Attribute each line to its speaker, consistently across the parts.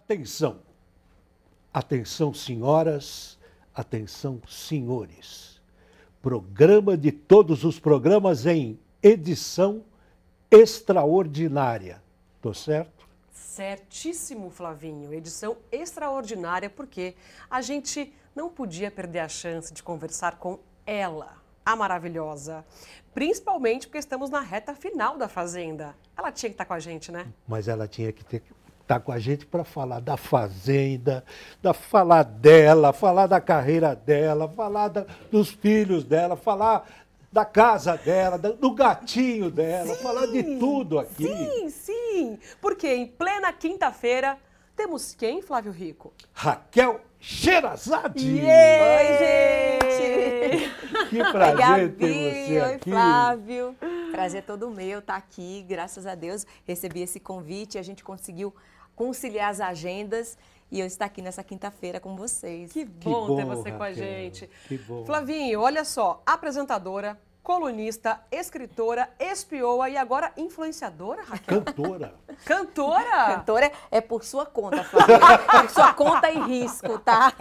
Speaker 1: Atenção! Atenção, senhoras, atenção, senhores. Programa de todos os programas em edição extraordinária. Tô certo?
Speaker 2: Certíssimo, Flavinho. Edição extraordinária, porque a gente não podia perder a chance de conversar com ela, a maravilhosa. Principalmente porque estamos na reta final da Fazenda. Ela tinha que estar com a gente, né?
Speaker 1: Mas ela tinha que estar com a gente para falar da Fazenda, falar dela, falar da carreira dela, falar dos filhos dela, falar da casa dela, do gatinho dela,
Speaker 2: Sim,
Speaker 1: falar de tudo aqui.
Speaker 2: Sim. Porque em plena quinta-feira temos quem, Flávio Rico?
Speaker 1: Raquel Sherazade!
Speaker 3: Oi, gente!
Speaker 1: Que prazer
Speaker 3: Gabi,
Speaker 1: ter você
Speaker 3: oi,
Speaker 1: aqui.
Speaker 3: Flávio. Prazer todo meu estar aqui, graças a Deus. Recebi esse convite, a gente conseguiu conciliar as agendas e eu estar aqui nessa quinta-feira com vocês.
Speaker 2: Que bom ter você
Speaker 1: Raquel,
Speaker 2: com a gente.
Speaker 1: Que bom.
Speaker 2: Flavinho, olha só, apresentadora, colunista, escritora, espioa e agora influenciadora, Raquel?
Speaker 1: Cantora.
Speaker 2: Cantora?
Speaker 3: Cantora é por sua conta, Flávia. Por sua conta e risco, tá?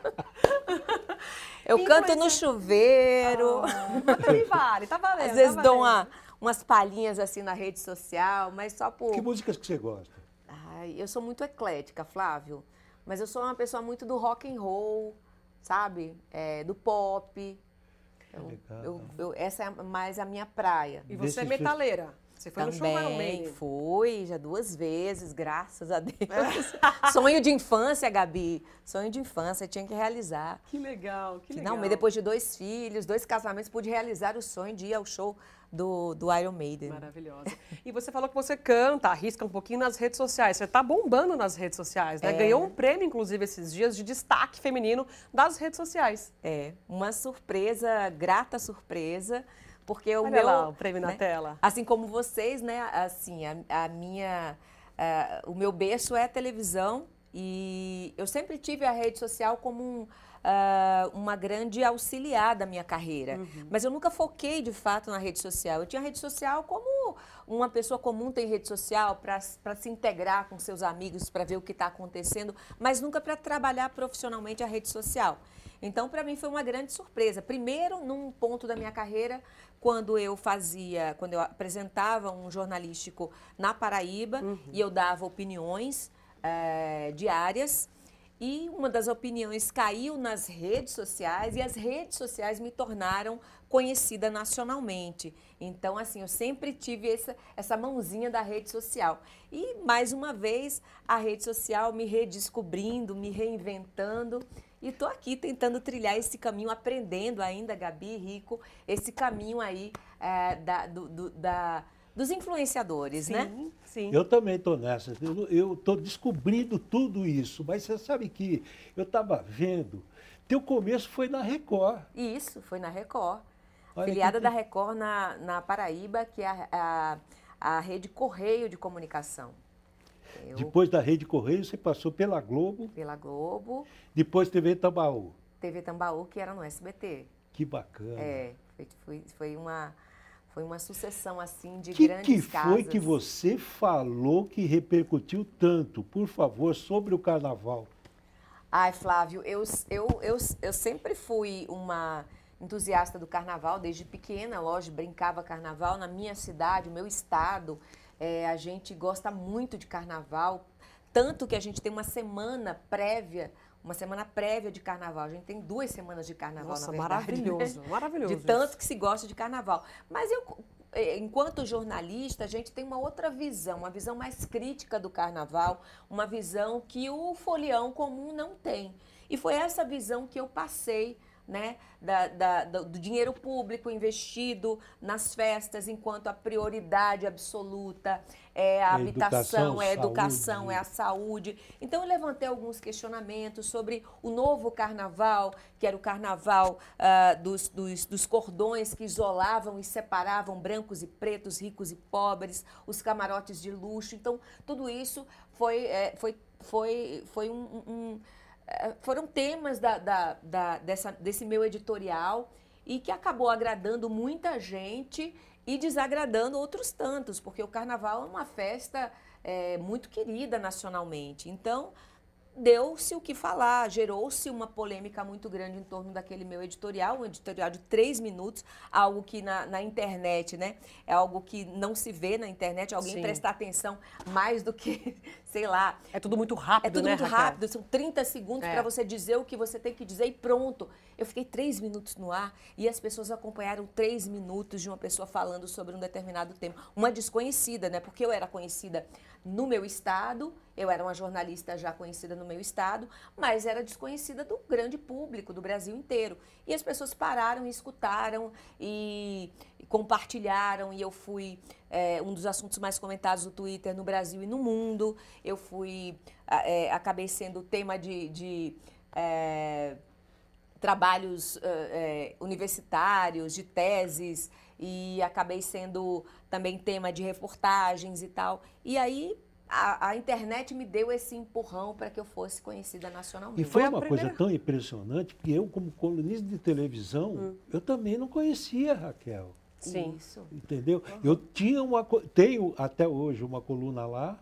Speaker 3: Eu canto no chuveiro.
Speaker 2: Mas também vale, tá valendo.
Speaker 3: Às vezes
Speaker 2: tá
Speaker 3: dou
Speaker 2: valendo.
Speaker 3: umas palhinhas assim na rede social, mas só por...
Speaker 1: Que músicas que você gosta?
Speaker 3: Ai, eu sou muito eclética, Flávio. Mas eu sou uma pessoa muito do rock and roll, sabe? Do pop. Essa é mais a minha praia.
Speaker 2: E você é
Speaker 1: Desses
Speaker 2: metaleira. Você foi no show Iron
Speaker 3: Também
Speaker 2: Maiden.
Speaker 3: fui, já 2 vezes, graças a Deus. Sonho de infância, Gabi. Sonho de infância, tinha que realizar.
Speaker 2: Que legal, que legal.
Speaker 3: Finalmente, depois de 2 filhos, 2 casamentos, pude realizar o sonho de ir ao show do Iron Maiden.
Speaker 2: Maravilhosa. E você falou que você canta, arrisca um pouquinho nas redes sociais. Você tá bombando nas redes sociais, né? Ganhou um prêmio, inclusive, esses dias de destaque feminino das redes sociais.
Speaker 3: Uma surpresa, grata surpresa, porque
Speaker 2: Olha lá o prêmio na tela.
Speaker 3: Assim como vocês, né? Assim, o meu berço é a televisão e eu sempre tive a rede social como uma grande auxiliar da minha carreira. Mas eu nunca foquei, de fato, na rede social. Eu tinha rede social como uma pessoa comum tem rede social para se integrar com seus amigos, para ver o que está acontecendo, mas nunca para trabalhar profissionalmente a rede social. Então, para mim, foi uma grande surpresa. Primeiro, num ponto da minha carreira, quando eu apresentava um jornalístico na Paraíba e eu dava opiniões diárias, e uma das opiniões caiu nas redes sociais e as redes sociais me tornaram conhecida nacionalmente. Então, assim, eu sempre tive essa mãozinha da rede social. E, mais uma vez, a rede social me redescobrindo, me reinventando. E estou aqui tentando trilhar esse caminho, aprendendo ainda, Gabi, Rico, esse caminho aí dos influenciadores, né?
Speaker 2: Sim.
Speaker 1: Eu também estou nessa. Eu estou descobrindo tudo isso. Mas você sabe que eu estava vendo, teu começo foi na Record.
Speaker 3: Isso, foi na Record.
Speaker 1: Olha
Speaker 3: Filiada
Speaker 1: que-
Speaker 3: da Record na Paraíba, que é a Rede Correio de Comunicação.
Speaker 1: Depois da Rede Correio, você passou pela Globo,
Speaker 3: Pela Globo,
Speaker 1: depois TV Tambaú.
Speaker 3: TV Tambaú, que era no SBT.
Speaker 1: Que bacana.
Speaker 3: Foi uma sucessão, assim, de
Speaker 1: Que
Speaker 3: grandes casas.
Speaker 1: foi que você falou que repercutiu tanto? Por favor, sobre o carnaval.
Speaker 3: Ai, Flávio, eu sempre fui uma entusiasta do carnaval, desde pequena, lógico, brincava carnaval na minha cidade, o meu estado. A gente gosta muito de carnaval, tanto que a gente tem uma semana prévia de carnaval. A gente tem 2 semanas de carnaval,
Speaker 2: Nossa,
Speaker 3: na verdade.
Speaker 2: maravilhoso,
Speaker 3: né?
Speaker 2: maravilhoso.
Speaker 3: De tanto que se gosta de carnaval. Mas enquanto jornalista, a gente tem uma outra visão, uma visão mais crítica do carnaval, uma visão que o folião comum não tem. E foi essa visão que eu passei, né, do dinheiro público investido nas festas, enquanto a prioridade absoluta é a habitação, é a educação,
Speaker 1: saúde.
Speaker 3: é a saúde. Então, eu levantei alguns questionamentos sobre o novo carnaval, que era o carnaval dos cordões que isolavam e separavam brancos e pretos, ricos e pobres, os camarotes de luxo. Então, tudo isso foram temas desse meu editorial e que acabou agradando muita gente e desagradando outros tantos, porque o carnaval é uma festa muito querida nacionalmente. Então, deu-se o que falar, gerou-se uma polêmica muito grande em torno daquele meu editorial, um editorial de 3 minutos, algo que na internet, né, é algo que não se vê na internet, alguém
Speaker 2: Sim.
Speaker 3: prestar atenção mais do que, sei lá.
Speaker 2: É tudo muito rápido,
Speaker 3: É tudo
Speaker 2: né,
Speaker 3: muito
Speaker 2: Raquel?
Speaker 3: rápido, são 30 segundos para você dizer o que você tem que dizer e pronto. Eu fiquei 3 minutos no ar e as pessoas acompanharam 3 minutos de uma pessoa falando sobre um determinado tema. Uma desconhecida, né, porque eu era conhecida no meu estado, eu era uma jornalista já conhecida no meu estado, mas era desconhecida do grande público, do Brasil inteiro. E as pessoas pararam e escutaram e compartilharam, e eu fui um dos assuntos mais comentados do Twitter no Brasil e no mundo. Eu fui, acabei sendo tema de trabalhos universitários, de teses, e acabei sendo também tema de reportagens e tal. E aí a internet me deu esse empurrão para que eu fosse conhecida nacionalmente.
Speaker 1: E foi
Speaker 2: Foi a
Speaker 1: uma
Speaker 2: primeira-
Speaker 1: coisa tão impressionante que eu, como colunista de televisão, eu também não conhecia a Raquel.
Speaker 2: Sim.
Speaker 3: Isso.
Speaker 1: Entendeu? Eu tinha tenho até hoje uma coluna lá,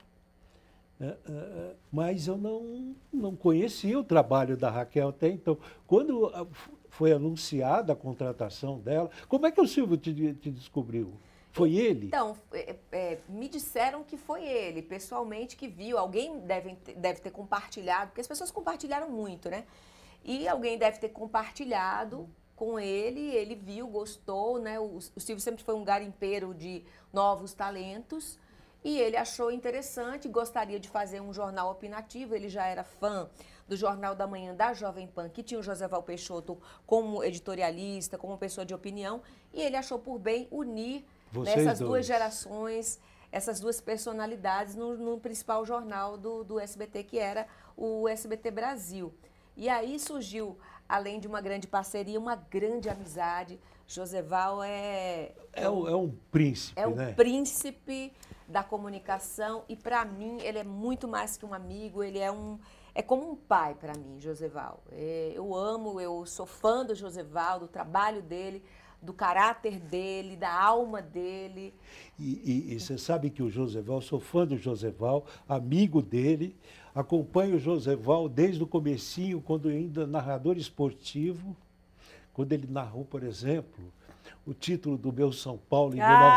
Speaker 1: mas eu não conhecia o trabalho da Raquel até então. Quando foi anunciada a contratação dela, como é que o Silvio te descobriu? Foi ele?
Speaker 3: Então, me disseram que foi ele, pessoalmente, que viu. Alguém deve ter compartilhado, porque as pessoas compartilharam muito, né? E alguém deve ter compartilhado com ele viu, gostou, né? O Silvio sempre foi um garimpeiro de novos talentos e ele achou interessante, gostaria de fazer um jornal opinativo. Ele já era fã do Jornal da Manhã da Jovem Pan, que tinha o Joséval Peixoto como editorialista, como pessoa de opinião, e ele achou por bem unir essas duas gerações, essas duas personalidades no principal jornal do SBT, que era o SBT Brasil. E aí surgiu, além de uma grande parceria, uma grande amizade. Joséval é
Speaker 1: um príncipe,
Speaker 3: é
Speaker 1: né?
Speaker 3: um príncipe da comunicação e, para mim, ele é muito mais que um amigo, ele é como um pai para mim, Joséval. Eu amo, eu sou fã do Joséval, do trabalho dele, do caráter dele, da alma dele.
Speaker 1: E você sabe que o Joséval, sou fã do Joséval, amigo dele, acompanho o Joséval desde o comecinho, quando ainda narrador esportivo, quando ele narrou, por exemplo, o título do meu São Paulo em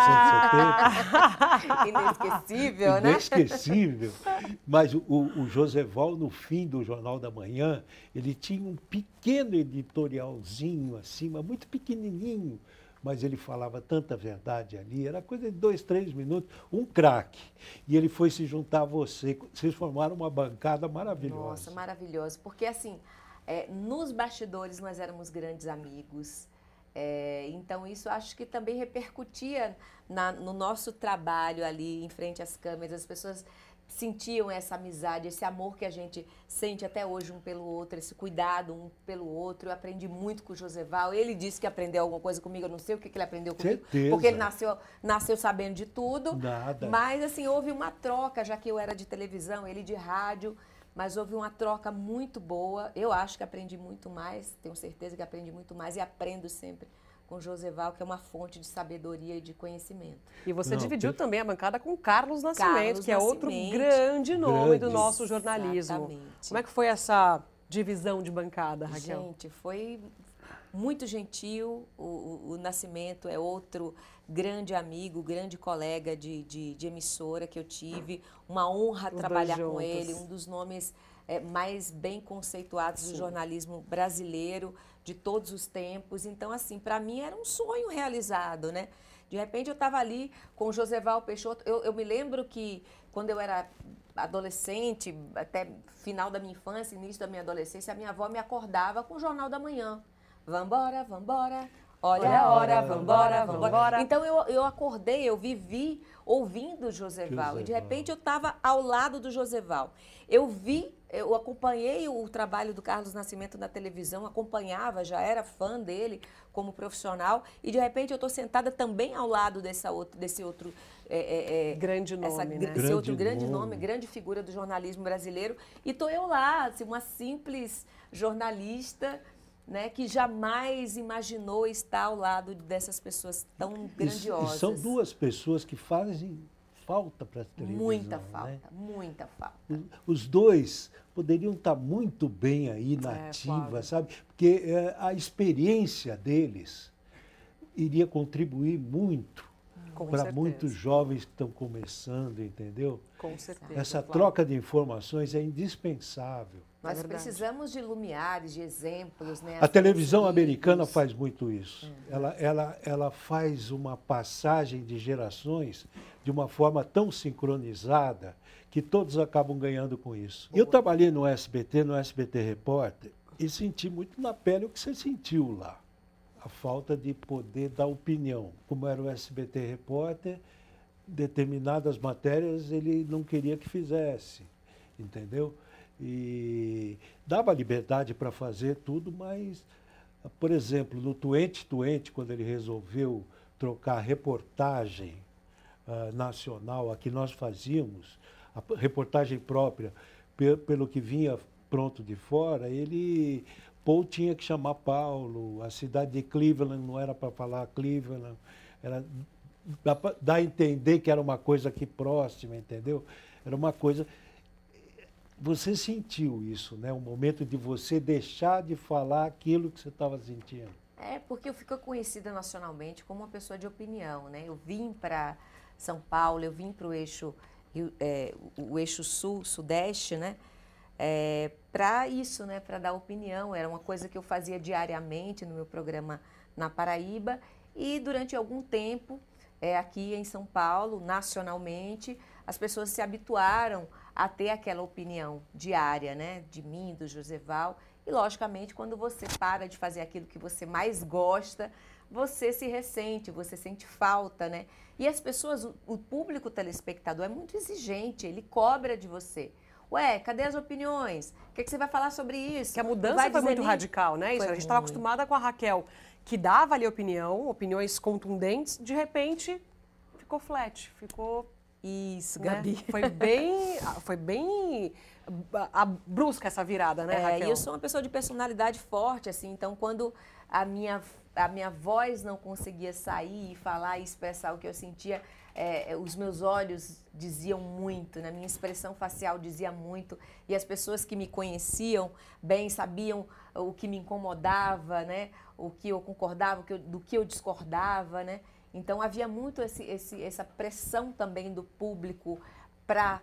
Speaker 1: 1970.
Speaker 3: Inesquecível, né?
Speaker 1: Inesquecível. Mas o Joséval, no fim do Jornal da Manhã, ele tinha um pequeno editorialzinho acima, muito pequenininho, mas ele falava tanta verdade ali, era coisa de 2, 3 minutos, um craque. E ele foi se juntar a você, vocês formaram uma bancada maravilhosa.
Speaker 3: Nossa, maravilhosa, porque assim, nos bastidores nós éramos grandes amigos. Então isso acho que também repercutia no nosso trabalho ali em frente às câmeras. As pessoas sentiam essa amizade, esse amor que a gente sente até hoje um pelo outro, esse cuidado um pelo outro. Eu aprendi muito com o Joséval. Ele disse que aprendeu alguma coisa comigo, eu não sei o que ele aprendeu comigo,
Speaker 1: Certeza.
Speaker 3: porque ele nasceu sabendo de tudo.
Speaker 1: Nada.
Speaker 3: Mas assim, houve uma troca, já que eu era de televisão, ele de rádio. Mas houve uma troca muito boa. Eu acho que aprendi muito mais, tenho certeza que aprendi muito mais e aprendo sempre com o Joséval, que é uma fonte de sabedoria e de conhecimento.
Speaker 2: E você dividiu também a bancada com Carlos Nascimento,
Speaker 3: Carlos
Speaker 2: que é outro
Speaker 3: Nascimento.
Speaker 2: grande nome do
Speaker 1: Grande.
Speaker 2: nosso jornalismo.
Speaker 3: Exatamente.
Speaker 2: Como é que foi essa divisão de bancada, Raquel?
Speaker 3: Gente, foi muito gentil. O Nascimento é outro grande amigo, grande colega de emissora que eu tive. Uma honra
Speaker 2: Os
Speaker 3: trabalhar
Speaker 2: dois
Speaker 3: com
Speaker 2: juntos.
Speaker 3: ele, um dos nomes mais bem conceituados do jornalismo brasileiro de todos os tempos. Então, assim, para mim era um sonho realizado, né? De repente eu estava ali com o Joséval Peixoto. Eu me lembro que quando eu era adolescente, até final da minha infância, início da minha adolescência, a minha avó me acordava com o Jornal da Manhã. Vambora, vambora, olha a hora, vambora, vambora. Então eu acordei, eu vivi ouvindo o Joséval. E de repente eu estava ao lado do Joséval. Eu acompanhei o trabalho do Carlos Nascimento na televisão, acompanhava, já era fã dele como profissional. E de repente eu estou sentada também ao lado desse outro
Speaker 2: Grande nome, né?
Speaker 3: Esse outro grande nome, grande figura do jornalismo brasileiro. E estou eu lá, assim, uma simples jornalista, né, que jamais imaginou estar ao lado dessas pessoas tão grandiosas.
Speaker 1: E são duas pessoas que fazem falta para a televisão.
Speaker 3: Muita falta,
Speaker 1: né?
Speaker 3: muita falta.
Speaker 1: Os dois poderiam estar muito bem aí na ativa,
Speaker 2: Flávio.
Speaker 1: sabe? Porque a experiência deles iria contribuir muito
Speaker 2: Com
Speaker 1: para
Speaker 2: certeza.
Speaker 1: muitos jovens que estão começando, entendeu?
Speaker 2: Com certeza.
Speaker 1: Essa
Speaker 2: Flávio.
Speaker 1: troca de informações é indispensável.
Speaker 3: Nós
Speaker 2: verdade.
Speaker 3: precisamos de lumiares, de exemplos, né?
Speaker 1: A televisão
Speaker 3: Assim,
Speaker 1: americana
Speaker 3: amigos.
Speaker 1: faz muito isso. Ela faz uma passagem de gerações de uma forma tão sincronizada que todos acabam ganhando com isso. Eu trabalhei no SBT Repórter, e senti muito na pele o que você sentiu lá. A falta de poder dar opinião. Como era o SBT Repórter, determinadas matérias ele não queria que fizesse, entendeu? E dava liberdade para fazer tudo, mas, por exemplo, no Tuente, quando ele resolveu trocar a reportagem nacional, a que nós fazíamos, a reportagem própria, pelo que vinha pronto de fora, Paul tinha que chamar Paulo, a cidade de Cleveland não era para falar Cleveland, dá a entender que era uma coisa aqui próxima, entendeu? Era uma coisa... Você sentiu isso, né? O momento de você deixar de falar aquilo que você estava sentindo.
Speaker 3: É, porque eu fico conhecida nacionalmente como uma pessoa de opinião, né? Eu vim para São Paulo, eu vim para o eixo sul-sudeste, né? Para isso, né? Para dar opinião. Era uma coisa que eu fazia diariamente no meu programa na Paraíba e durante algum tempo, aqui em São Paulo, nacionalmente, as pessoas se habituaram a ter aquela opinião diária, né? De mim, do Joseval. E, logicamente, quando você para de fazer aquilo que você mais gosta, você se ressente, você sente falta, né? E as pessoas, o público telespectador é muito exigente, ele cobra de você. Ué, cadê as opiniões? O que você vai falar sobre isso?
Speaker 2: Que a mudança
Speaker 3: Vai
Speaker 2: foi
Speaker 3: dizer
Speaker 2: muito radical, né? Isso,
Speaker 3: Foi
Speaker 2: a gente estava
Speaker 3: muito.
Speaker 2: acostumada com a Raquel, que dava ali opiniões contundentes, de repente ficou flat, ficou...
Speaker 3: Isso,
Speaker 2: né?
Speaker 3: Gabi.
Speaker 2: Foi bem brusca essa virada, né, Raquel?
Speaker 3: E eu sou uma pessoa de personalidade forte, assim, então quando a minha voz não conseguia sair e falar e expressar o que eu sentia, os meus olhos diziam muito, né? Minha expressão facial dizia muito, e as pessoas que me conheciam bem sabiam o que me incomodava, né? O que eu concordava, do que eu discordava, né? Então havia muito essa pressão também do público para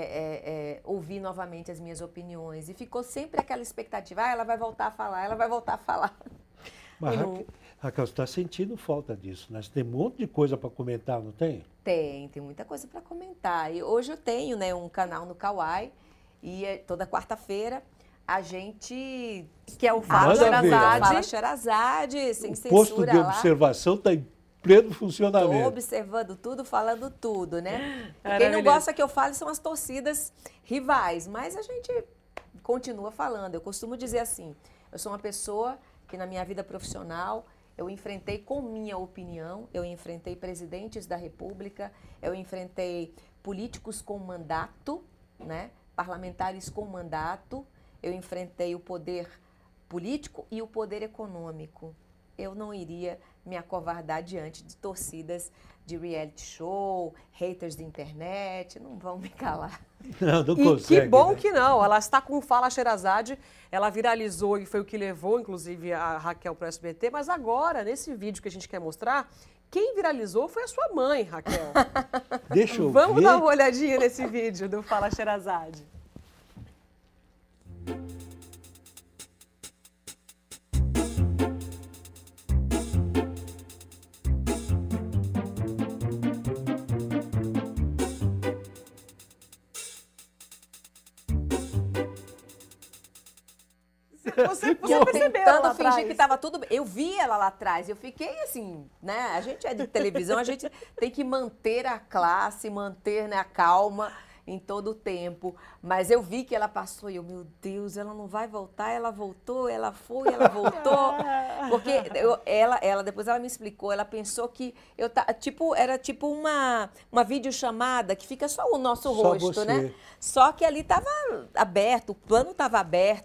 Speaker 3: ouvir novamente as minhas opiniões. E ficou sempre aquela expectativa, ela vai voltar a falar, ela vai voltar a falar.
Speaker 1: Mas, Raquel, você está sentindo falta disso, né? Você tem um monte de coisa para comentar, não tem?
Speaker 3: Tem muita coisa para comentar. E hoje eu tenho, né, um canal no Kauai e toda quarta-feira a gente...
Speaker 2: Que é o Fala
Speaker 3: Sherazade, sem
Speaker 1: o
Speaker 3: censura
Speaker 1: posto de
Speaker 3: lá.
Speaker 1: observação está em pleno funcionamento.
Speaker 3: Estou observando tudo, falando tudo, né? E quem não gosta que eu fale são as torcidas rivais, mas a gente continua falando. Eu costumo dizer assim, eu sou uma pessoa que na minha vida profissional eu enfrentei com minha opinião, eu enfrentei presidentes da República, eu enfrentei políticos com mandato, né? Parlamentares com mandato, eu enfrentei o poder político e o poder econômico. Eu não iria me acovardar diante de torcidas de reality show, haters de internet, não vão me calar.
Speaker 1: Não
Speaker 2: E
Speaker 1: consegue,
Speaker 2: que bom
Speaker 1: né?
Speaker 2: que não, ela está com Fala Sherazade, ela viralizou e foi o que levou, inclusive, a Raquel para o SBT, mas agora, nesse vídeo que a gente quer mostrar, quem viralizou foi a sua mãe, Raquel.
Speaker 1: Deixa eu
Speaker 2: Vamos
Speaker 1: ver.
Speaker 2: dar uma olhadinha nesse vídeo do Fala Sherazade. Você percebeu
Speaker 3: Tentando
Speaker 2: lá
Speaker 3: fingir
Speaker 2: atrás.
Speaker 3: que estava tudo bem. Eu vi ela lá atrás, eu fiquei assim, né? A gente é de televisão, a gente tem que manter a classe, manter, né, a calma em todo o tempo. Mas eu vi que ela passou e eu, meu Deus, ela não vai voltar, ela voltou, ela foi, ela voltou. Porque ela depois ela me explicou, ela pensou que era tipo uma videochamada que fica só o nosso
Speaker 1: Só
Speaker 3: rosto,
Speaker 1: você.
Speaker 3: né? Só que ali estava aberto, o plano estava aberto.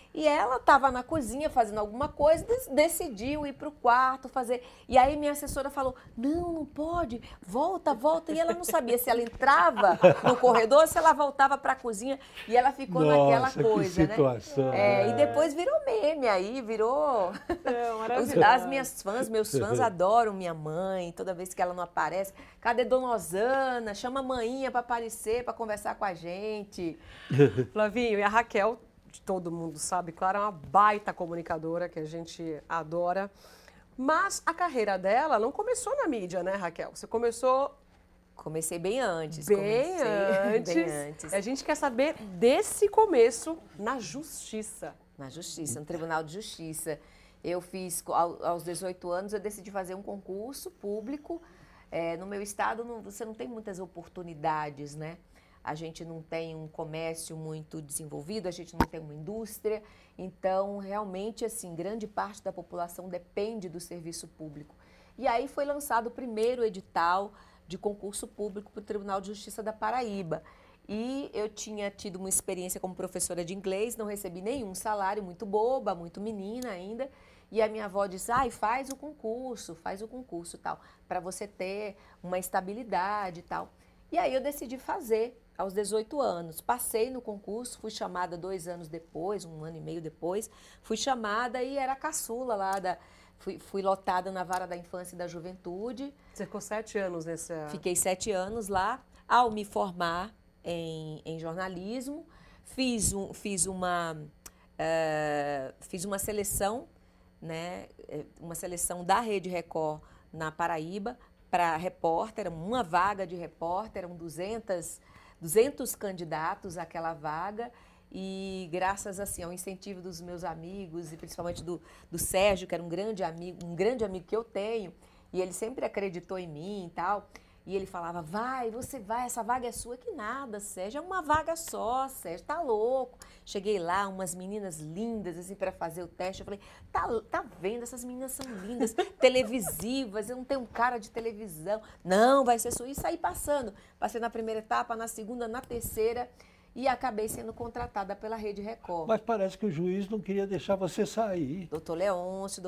Speaker 3: E ela estava na cozinha fazendo alguma coisa, decidiu ir para o quarto fazer. E aí minha assessora falou, não pode, volta. E ela não sabia se ela entrava no corredor ou se ela voltava para a cozinha. E ela ficou naquela coisa,
Speaker 1: que situação,
Speaker 3: né? E depois virou meme aí, virou... As minhas fãs, meus fãs adoram minha mãe, toda vez que ela não aparece. Cadê Dona Osana? Chama a maninha para aparecer, para conversar com a gente.
Speaker 2: Flavinho, e a Raquel... Todo mundo sabe, claro, é uma baita comunicadora que a gente adora. Mas a carreira dela não começou na mídia, né, Raquel? Você começou...
Speaker 3: Comecei bem antes.
Speaker 2: Bem antes. A gente quer saber desse começo na Justiça.
Speaker 3: Na Justiça, no Tribunal de Justiça. Eu fiz, aos 18 anos, eu decidi fazer um concurso público. No meu estado, você não tem muitas oportunidades, né? A gente não tem um comércio muito desenvolvido, a gente não tem uma indústria, então realmente assim, grande parte da população depende do serviço público. E aí foi lançado o primeiro edital de concurso público para o Tribunal de Justiça da Paraíba. E eu tinha tido uma experiência como professora de inglês, não recebi nenhum salário, muito boba, muito menina ainda. E a minha avó disse, faz o concurso e tal, para você ter uma estabilidade e tal. E aí eu decidi fazer aos 18 anos. Passei no concurso, fui chamada 2 anos depois, 1 ano e meio depois, fui chamada e era a caçula lá fui lotada na Vara da Infância e da Juventude.
Speaker 2: Você ficou 7 anos nessa...
Speaker 3: Fiquei 7 anos lá. Ao me formar em jornalismo, fiz uma seleção, né? Uma seleção da Rede Record na Paraíba, para repórter, uma vaga de repórter, eram 200 candidatos àquela vaga e graças assim, ao incentivo dos meus amigos e principalmente do Sérgio, que era um grande amigo que eu tenho, e ele sempre acreditou em mim e tal, e ele falava, você vai, essa vaga é sua. Que nada, Sérgio, é uma vaga só, Sérgio, tá louco. Cheguei lá, umas meninas lindas, assim, para fazer o teste, eu falei, tá vendo, essas meninas são lindas, televisivas, eu não tenho cara de televisão. Não, vai ser sua. E saí passando. Passei na primeira etapa, na segunda, na terceira, e acabei sendo contratada pela Rede Record.
Speaker 1: Mas parece que o juiz não queria deixar você sair.
Speaker 3: Doutor Leôncio,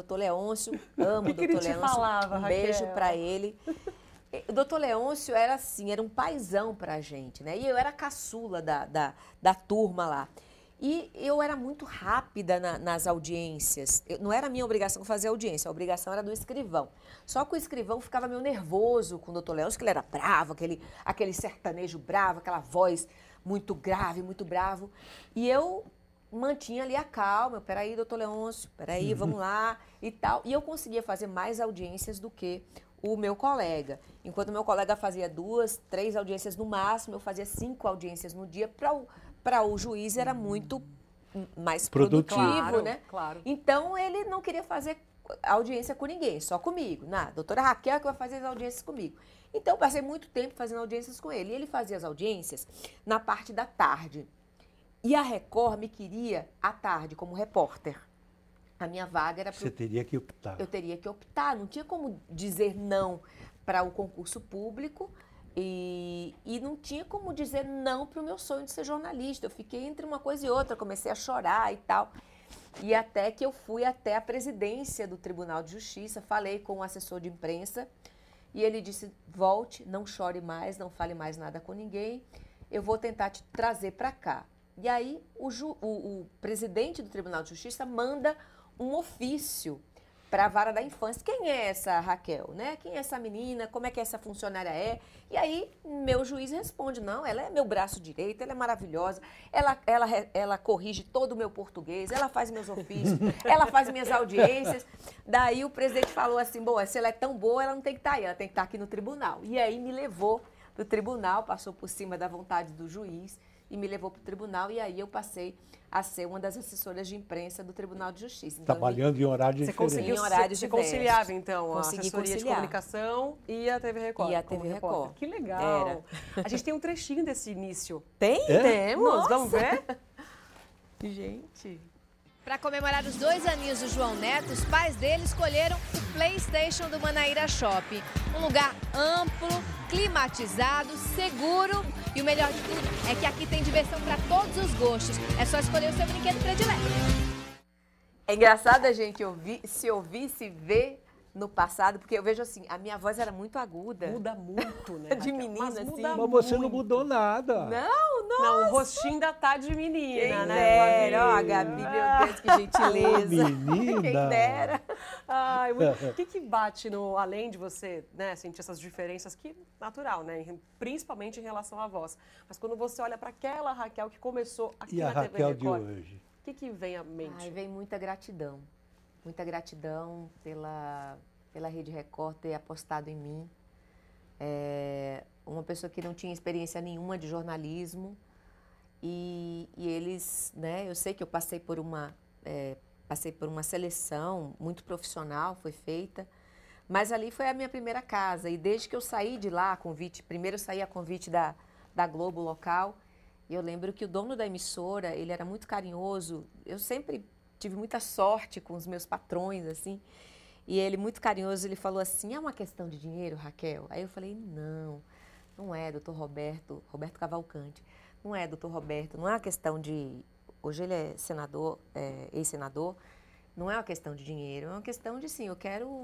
Speaker 3: amo o doutor Leôncio,
Speaker 2: falava,
Speaker 3: um beijo para ele. O doutor Leôncio era assim, era um paizão pra gente, né? E eu era caçula da turma lá. E eu era muito rápida nas audiências. Não era minha obrigação fazer audiência, a obrigação era do escrivão. Só que o escrivão ficava meio nervoso com o doutor Leôncio, que ele era bravo, aquele sertanejo bravo, aquela voz muito grave, muito bravo. E eu mantinha ali a calma. Peraí, doutor Leôncio, peraí, vamos lá e tal. E eu conseguia fazer mais audiências do que o meu colega. Enquanto o meu colega fazia 2, 3 audiências no máximo, eu fazia 5 audiências no dia. Para o juiz era muito mais produtivo,
Speaker 2: claro,
Speaker 3: né?
Speaker 2: Claro.
Speaker 3: Então, ele não queria fazer audiência com ninguém, só comigo. A doutora Raquel que vai fazer as audiências comigo. Então, eu passei muito tempo fazendo audiências com ele. E ele fazia as audiências na parte da tarde. E a Record me queria à tarde como repórter. A minha vaga era...
Speaker 1: Você teria que optar.
Speaker 3: Eu teria que optar, não tinha como dizer não para o concurso público e não tinha como dizer não para o meu sonho de ser jornalista. Eu fiquei entre uma coisa e outra, comecei a chorar e tal. E até que eu fui até a presidência do Tribunal de Justiça, falei com o assessor de imprensa e ele disse, volte, não chore mais, não fale mais nada com ninguém, eu vou tentar te trazer para cá. E aí o presidente do Tribunal de Justiça manda um ofício para a Vara da Infância. Quem é essa Raquel, né? Quem é essa menina? Como é que essa funcionária é? E aí, meu juiz responde, não, ela é meu braço direito, ela é maravilhosa, ela corrige todo o meu português, ela faz meus ofícios, ela faz minhas audiências. Daí o presidente falou assim, boa, se ela é tão boa, ela não tem que estar aí, ela tem que estar aqui no tribunal. E aí me levou para o tribunal, passou por cima da vontade do juiz, e me levou para o tribunal, e aí eu passei a ser uma das assessoras de imprensa do Tribunal de Justiça. Então,
Speaker 1: trabalhando em horário diferente.
Speaker 2: Você conciliava, então, a assessoria de comunicação e a TV Record?
Speaker 3: E a TV Record.
Speaker 2: Que legal. A gente tem um trechinho desse início.
Speaker 3: Tem?
Speaker 2: Temos,
Speaker 3: nossa.
Speaker 2: Vamos ver?
Speaker 3: Gente...
Speaker 4: Para comemorar os 2 aninhos do João Neto, os pais dele escolheram o PlayStation do Manaíra Shopping. Um lugar amplo, climatizado, seguro e o melhor de tudo é que aqui tem diversão para todos os gostos. É só escolher o seu brinquedo predileto.
Speaker 3: É engraçado a gente ouvir, se ver no passado, porque eu vejo assim, a minha voz era muito aguda.
Speaker 2: Muda muito, né?
Speaker 3: De menina,
Speaker 2: Mas
Speaker 3: assim.
Speaker 2: muda
Speaker 1: Mas você não
Speaker 2: muito.
Speaker 1: mudou nada.
Speaker 2: Não, o rostinho ainda tá de menina,
Speaker 3: Quem
Speaker 2: né?
Speaker 3: dera, ó, a Gabi, meu Deus, que gentileza.
Speaker 1: Menina.
Speaker 3: Quem dera.
Speaker 2: Ai, o que bate além de você, né, sentir essas diferenças, que natural, né? Principalmente em relação à voz. Mas quando você olha para aquela Raquel que começou aqui
Speaker 1: E a
Speaker 2: na TV
Speaker 1: Raquel de
Speaker 2: Record,
Speaker 1: hoje?
Speaker 2: o que vem à mente?
Speaker 3: Ai, vem muita gratidão. Muita gratidão pela Rede Record ter apostado em mim. Uma pessoa que não tinha experiência nenhuma de jornalismo. E eles, né, eu sei que eu passei por uma seleção muito profissional, foi feita, mas ali foi a minha primeira casa. E desde que eu saí de lá, primeiro eu saí a convite da Globo local, e eu lembro que o dono da emissora, ele era muito carinhoso. Eu sempre tive muita sorte com os meus patrões, assim, e ele, muito carinhoso, ele falou assim, é uma questão de dinheiro, Raquel? Aí eu falei, não é, doutor Roberto Cavalcante. Não é, doutor Roberto, não é uma questão de... Hoje ele é senador, ex-senador. Não é uma questão de dinheiro, é uma questão de, sim, eu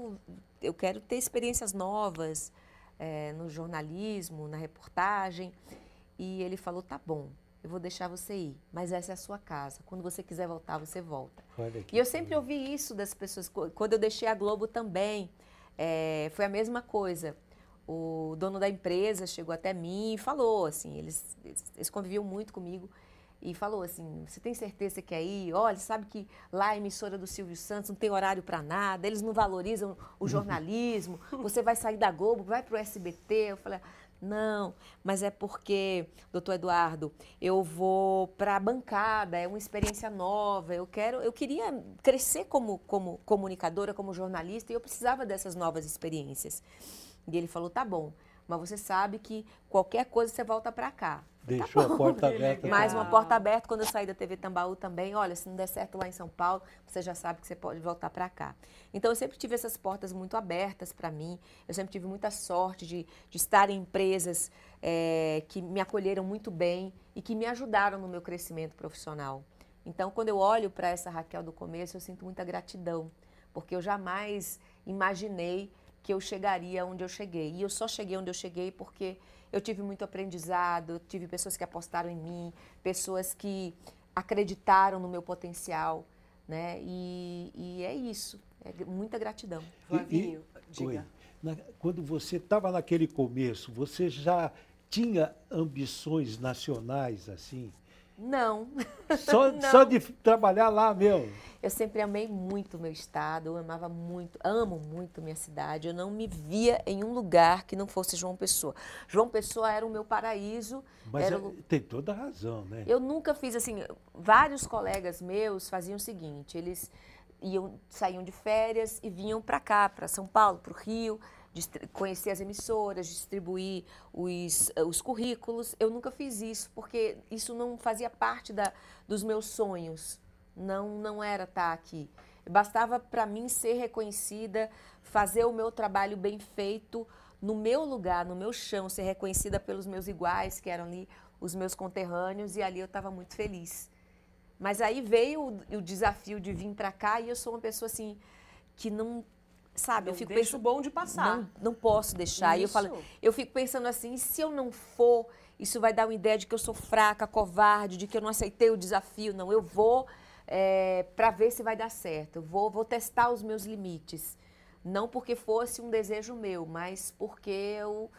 Speaker 3: quero ter experiências novas no jornalismo, na reportagem. E ele falou, tá bom, eu vou deixar você ir, mas essa é a sua casa. Quando você quiser voltar, você volta. E eu sempre ouvi isso das pessoas. Quando eu deixei a Globo também, foi a mesma coisa. O dono da empresa chegou até mim e falou assim, eles conviviam muito comigo, e falou assim, você tem certeza que quer ir? Olha, sabe que lá a emissora do Silvio Santos não tem horário para nada, eles não valorizam o jornalismo, você vai sair da Globo, vai para o SBT. Eu falei, não, mas é porque, doutor Eduardo, eu vou para a bancada, é uma experiência nova, eu queria crescer como comunicadora, como jornalista, e eu precisava dessas novas experiências. E ele falou, tá bom, mas você sabe que qualquer coisa você volta para cá.
Speaker 1: Deixou a porta aberta.
Speaker 3: Mais uma porta aberta quando eu saí da TV Tambaú também. Olha, se não der certo lá em São Paulo, você já sabe que você pode voltar para cá. Então, eu sempre tive essas portas muito abertas para mim. Eu sempre tive muita sorte de estar em empresas que me acolheram muito bem e que me ajudaram no meu crescimento profissional. Então, quando eu olho para essa Raquel do começo, eu sinto muita gratidão, porque eu jamais imaginei que eu chegaria onde eu cheguei. E eu só cheguei onde eu cheguei porque eu tive muito aprendizado, eu tive pessoas que apostaram em mim, pessoas que acreditaram no meu potencial, né? E é isso, é muita gratidão.
Speaker 2: Flavinho, diga.
Speaker 1: Quando você estava naquele começo, você já tinha ambições nacionais, assim?
Speaker 3: Não.
Speaker 1: Só de trabalhar lá mesmo?
Speaker 3: Eu sempre amei muito o meu estado, eu amo muito minha cidade. Eu não me via em um lugar que não fosse João Pessoa. João Pessoa era o meu paraíso.
Speaker 1: Mas tem toda a razão, né?
Speaker 3: Eu nunca fiz assim, vários colegas meus faziam o seguinte, eles saíam de férias e vinham para cá, para São Paulo, para o Rio, conhecer as emissoras, distribuir os currículos. Eu nunca fiz isso, porque isso não fazia parte dos meus sonhos. Não era estar aqui. Bastava para mim ser reconhecida, fazer o meu trabalho bem feito, no meu lugar, no meu chão, ser reconhecida pelos meus iguais, que eram ali os meus conterrâneos, e ali eu estava muito feliz. Mas aí veio o desafio de vir para cá, e eu sou uma pessoa assim, que não... Sabe, eu fico
Speaker 2: deixa
Speaker 3: pensando,
Speaker 2: o bom de passar.
Speaker 3: Não posso deixar. E eu fico pensando assim, se eu não for, isso vai dar uma ideia de que eu sou fraca, covarde, de que eu não aceitei o desafio. Não, eu vou para ver se vai dar certo. Eu vou testar os meus limites. Não porque fosse um desejo meu, mas porque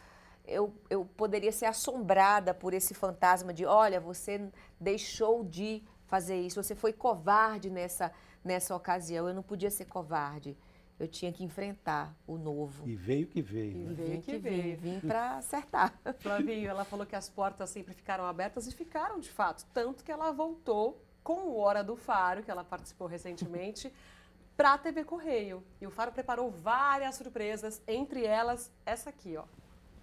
Speaker 3: eu poderia ser assombrada por esse fantasma de, olha, você deixou de fazer isso, você foi covarde nessa ocasião. Eu não podia ser covarde. Eu tinha que enfrentar o novo.
Speaker 1: E veio que veio.
Speaker 3: Vim para acertar.
Speaker 2: Flavinho, ela falou que as portas sempre ficaram abertas e ficaram, de fato. Tanto que ela voltou com o Hora do Faro, que ela participou recentemente, para a TV Correio. E o Faro preparou várias surpresas, entre elas essa aqui, ó.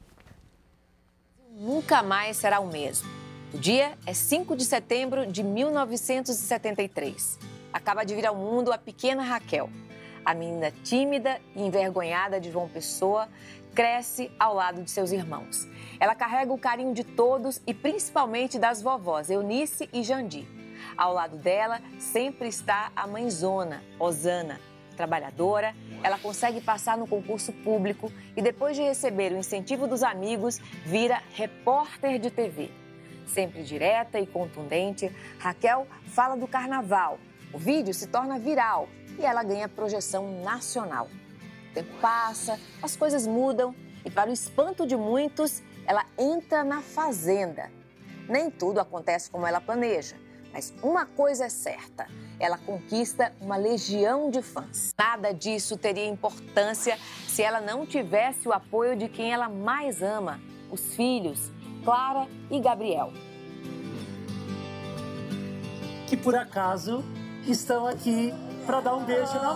Speaker 5: Nunca mais será o mesmo. O dia é 5 de setembro de 1973. Acaba de vir ao mundo a pequena Raquel. A menina tímida e envergonhada de João Pessoa cresce ao lado de seus irmãos. Ela carrega o carinho de todos e principalmente das vovós, Eunice e Jandi. Ao lado dela sempre está a mãezona, Osana. Trabalhadora, ela consegue passar no concurso público e depois de receber o incentivo dos amigos, vira repórter de TV. Sempre direta e contundente, Raquel fala do carnaval. O vídeo se torna viral e ela ganha projeção nacional. O tempo passa, as coisas mudam e, para o espanto de muitos, ela entra na Fazenda. Nem tudo acontece como ela planeja, mas uma coisa é certa: ela conquista uma legião de fãs. Nada disso teria importância se ela não tivesse o apoio de quem ela mais ama, os filhos, Clara e Gabriel.
Speaker 6: Que por acaso estão aqui para dar um beijo na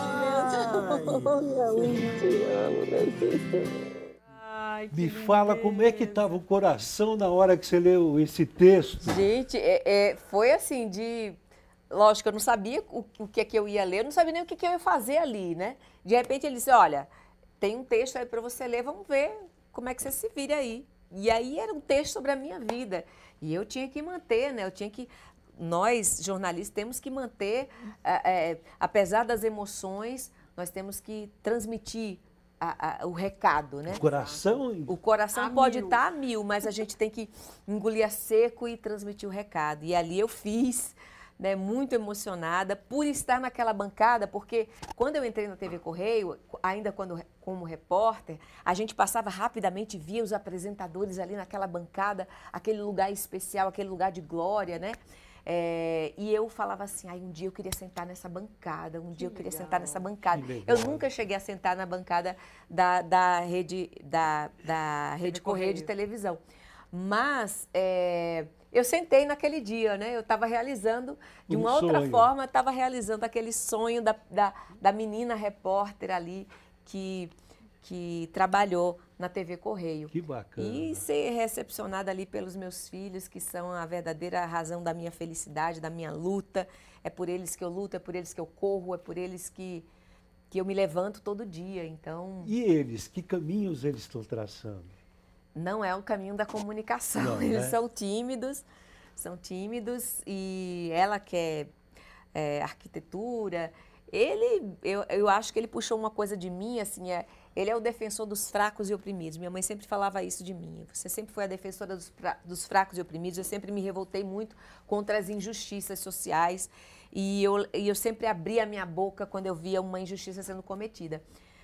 Speaker 6: mãe.
Speaker 1: Me fala como é que estava o coração na hora que você leu esse texto.
Speaker 3: Gente, foi assim Lógico, eu não sabia o que é que eu ia ler, eu não sabia nem o que eu ia fazer ali, né? De repente ele disse, olha, tem um texto aí para você ler, vamos ver como é que você se vira aí. E aí era um texto sobre a minha vida. E eu tinha que manter, né? Nós, jornalistas, temos que manter, apesar das emoções, nós temos que transmitir o recado, né?
Speaker 1: O coração
Speaker 3: pode estar a mil, mas a gente tem que engolir a seco e transmitir o recado. E ali eu fiz, né, muito emocionada por estar naquela bancada, porque quando eu entrei na TV Correio, ainda como repórter, a gente passava rapidamente, via os apresentadores ali naquela bancada, aquele lugar especial, aquele lugar de glória, né? E eu falava assim, um dia eu queria sentar nessa bancada, eu queria sentar nessa bancada. Eu nunca cheguei a sentar na bancada da rede Correio de televisão. Mas eu sentei naquele dia, né? Eu estava realizando, de uma outra forma, estava realizando aquele sonho da menina repórter ali que trabalhou na TV Correio.
Speaker 1: Que bacana.
Speaker 3: E ser recepcionada ali pelos meus filhos, que são a verdadeira razão da minha felicidade, da minha luta. É por eles que eu luto, é por eles que eu corro, é por eles que eu me levanto todo dia. Então...
Speaker 1: E eles? Que caminhos eles estão traçando?
Speaker 3: Não é o caminho da comunicação.
Speaker 1: Não,
Speaker 3: eles
Speaker 1: né?
Speaker 3: são tímidos e ela quer arquitetura. Eu acho que ele puxou uma coisa de mim, assim, ele é o defensor dos fracos e oprimidos. Minha mãe sempre falava isso de mim. Você sempre foi a defensora dos fracos e oprimidos. Eu sempre me revoltei muito contra as injustiças sociais e eu sempre abria a minha boca quando eu via uma injustiça sendo cometida.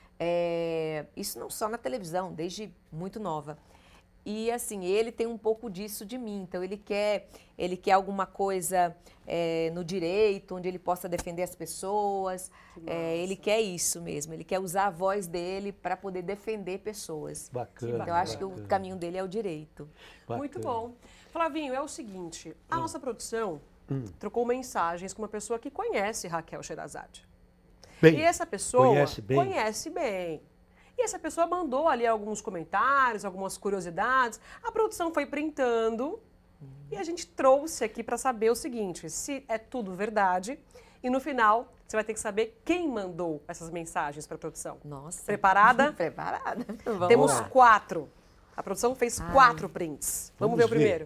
Speaker 3: Isso não só na televisão, desde muito nova. E, assim, ele tem um pouco disso de mim. Então, ele quer alguma coisa no direito, onde ele possa defender as pessoas. Ele quer isso mesmo. Ele quer usar a voz dele para poder defender pessoas.
Speaker 1: Bacana.
Speaker 3: Então, eu acho que o caminho dele é o direito.
Speaker 1: Bacana.
Speaker 2: Muito bom. Flavinho, é o seguinte, a nossa produção trocou mensagens com uma pessoa que conhece Raquel Sherazade.
Speaker 1: Bem,
Speaker 2: E essa pessoa
Speaker 1: conhece bem.
Speaker 2: E essa pessoa mandou ali alguns comentários, algumas curiosidades. A produção foi printando e a gente trouxe aqui para saber o seguinte, se é tudo verdade. E no final, você vai ter que saber quem mandou essas mensagens para a produção.
Speaker 3: Nossa.
Speaker 2: Preparada?
Speaker 3: Preparada.
Speaker 2: Temos 4. A produção fez 4 prints. Vamos ver o primeiro.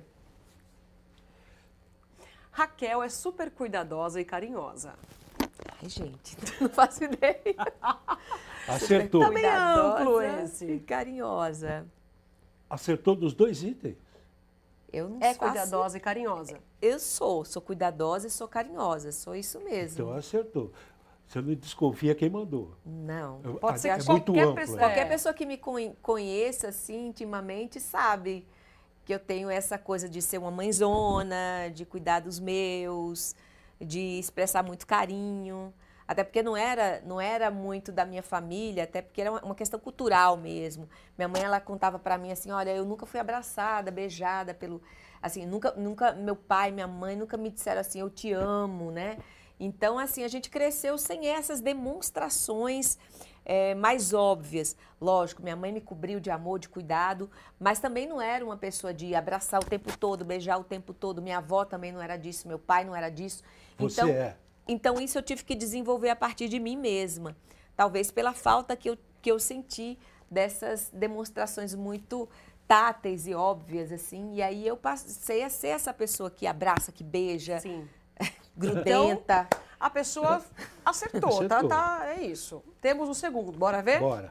Speaker 2: Raquel é super cuidadosa e carinhosa.
Speaker 3: Ai, gente, não faço ideia.
Speaker 1: Acertou.
Speaker 2: Também é amplo esse.
Speaker 3: E carinhosa.
Speaker 1: Acertou dos 2 itens.
Speaker 3: Eu não
Speaker 2: É
Speaker 3: faço...
Speaker 2: cuidadosa e carinhosa.
Speaker 3: Eu sou cuidadosa e sou carinhosa, sou isso mesmo.
Speaker 1: Então acertou. Você não desconfia quem mandou.
Speaker 3: Não.
Speaker 2: Pode ser
Speaker 1: É
Speaker 2: que
Speaker 1: muito
Speaker 2: qualquer
Speaker 1: amplo.
Speaker 2: pessoa-
Speaker 3: Qualquer pessoa que me conheça, assim, intimamente, sabe que eu tenho essa coisa de ser uma mãezona, de cuidar dos meus, de expressar muito carinho. Até porque não era muito da minha família, até porque era uma questão cultural mesmo. Minha mãe, ela contava para mim assim, olha, eu nunca fui abraçada, beijada pelo... Assim, nunca meu pai, minha mãe nunca me disseram assim, eu te amo, né? Então, assim, a gente cresceu sem essas demonstrações mais óbvias. Lógico, minha mãe me cobriu de amor, de cuidado, mas também não era uma pessoa de abraçar o tempo todo, beijar o tempo todo. Minha avó também não era disso, meu pai não era disso. Então, isso eu tive que desenvolver a partir de mim mesma. Talvez pela falta que eu senti dessas demonstrações muito táteis e óbvias, assim. E aí eu passei a ser essa pessoa que abraça, que beija,
Speaker 2: Sim.
Speaker 3: grudenta.
Speaker 2: Então, a pessoa acertou,
Speaker 1: Acertou.
Speaker 2: é isso. Temos o segundo, bora ver?
Speaker 1: Bora.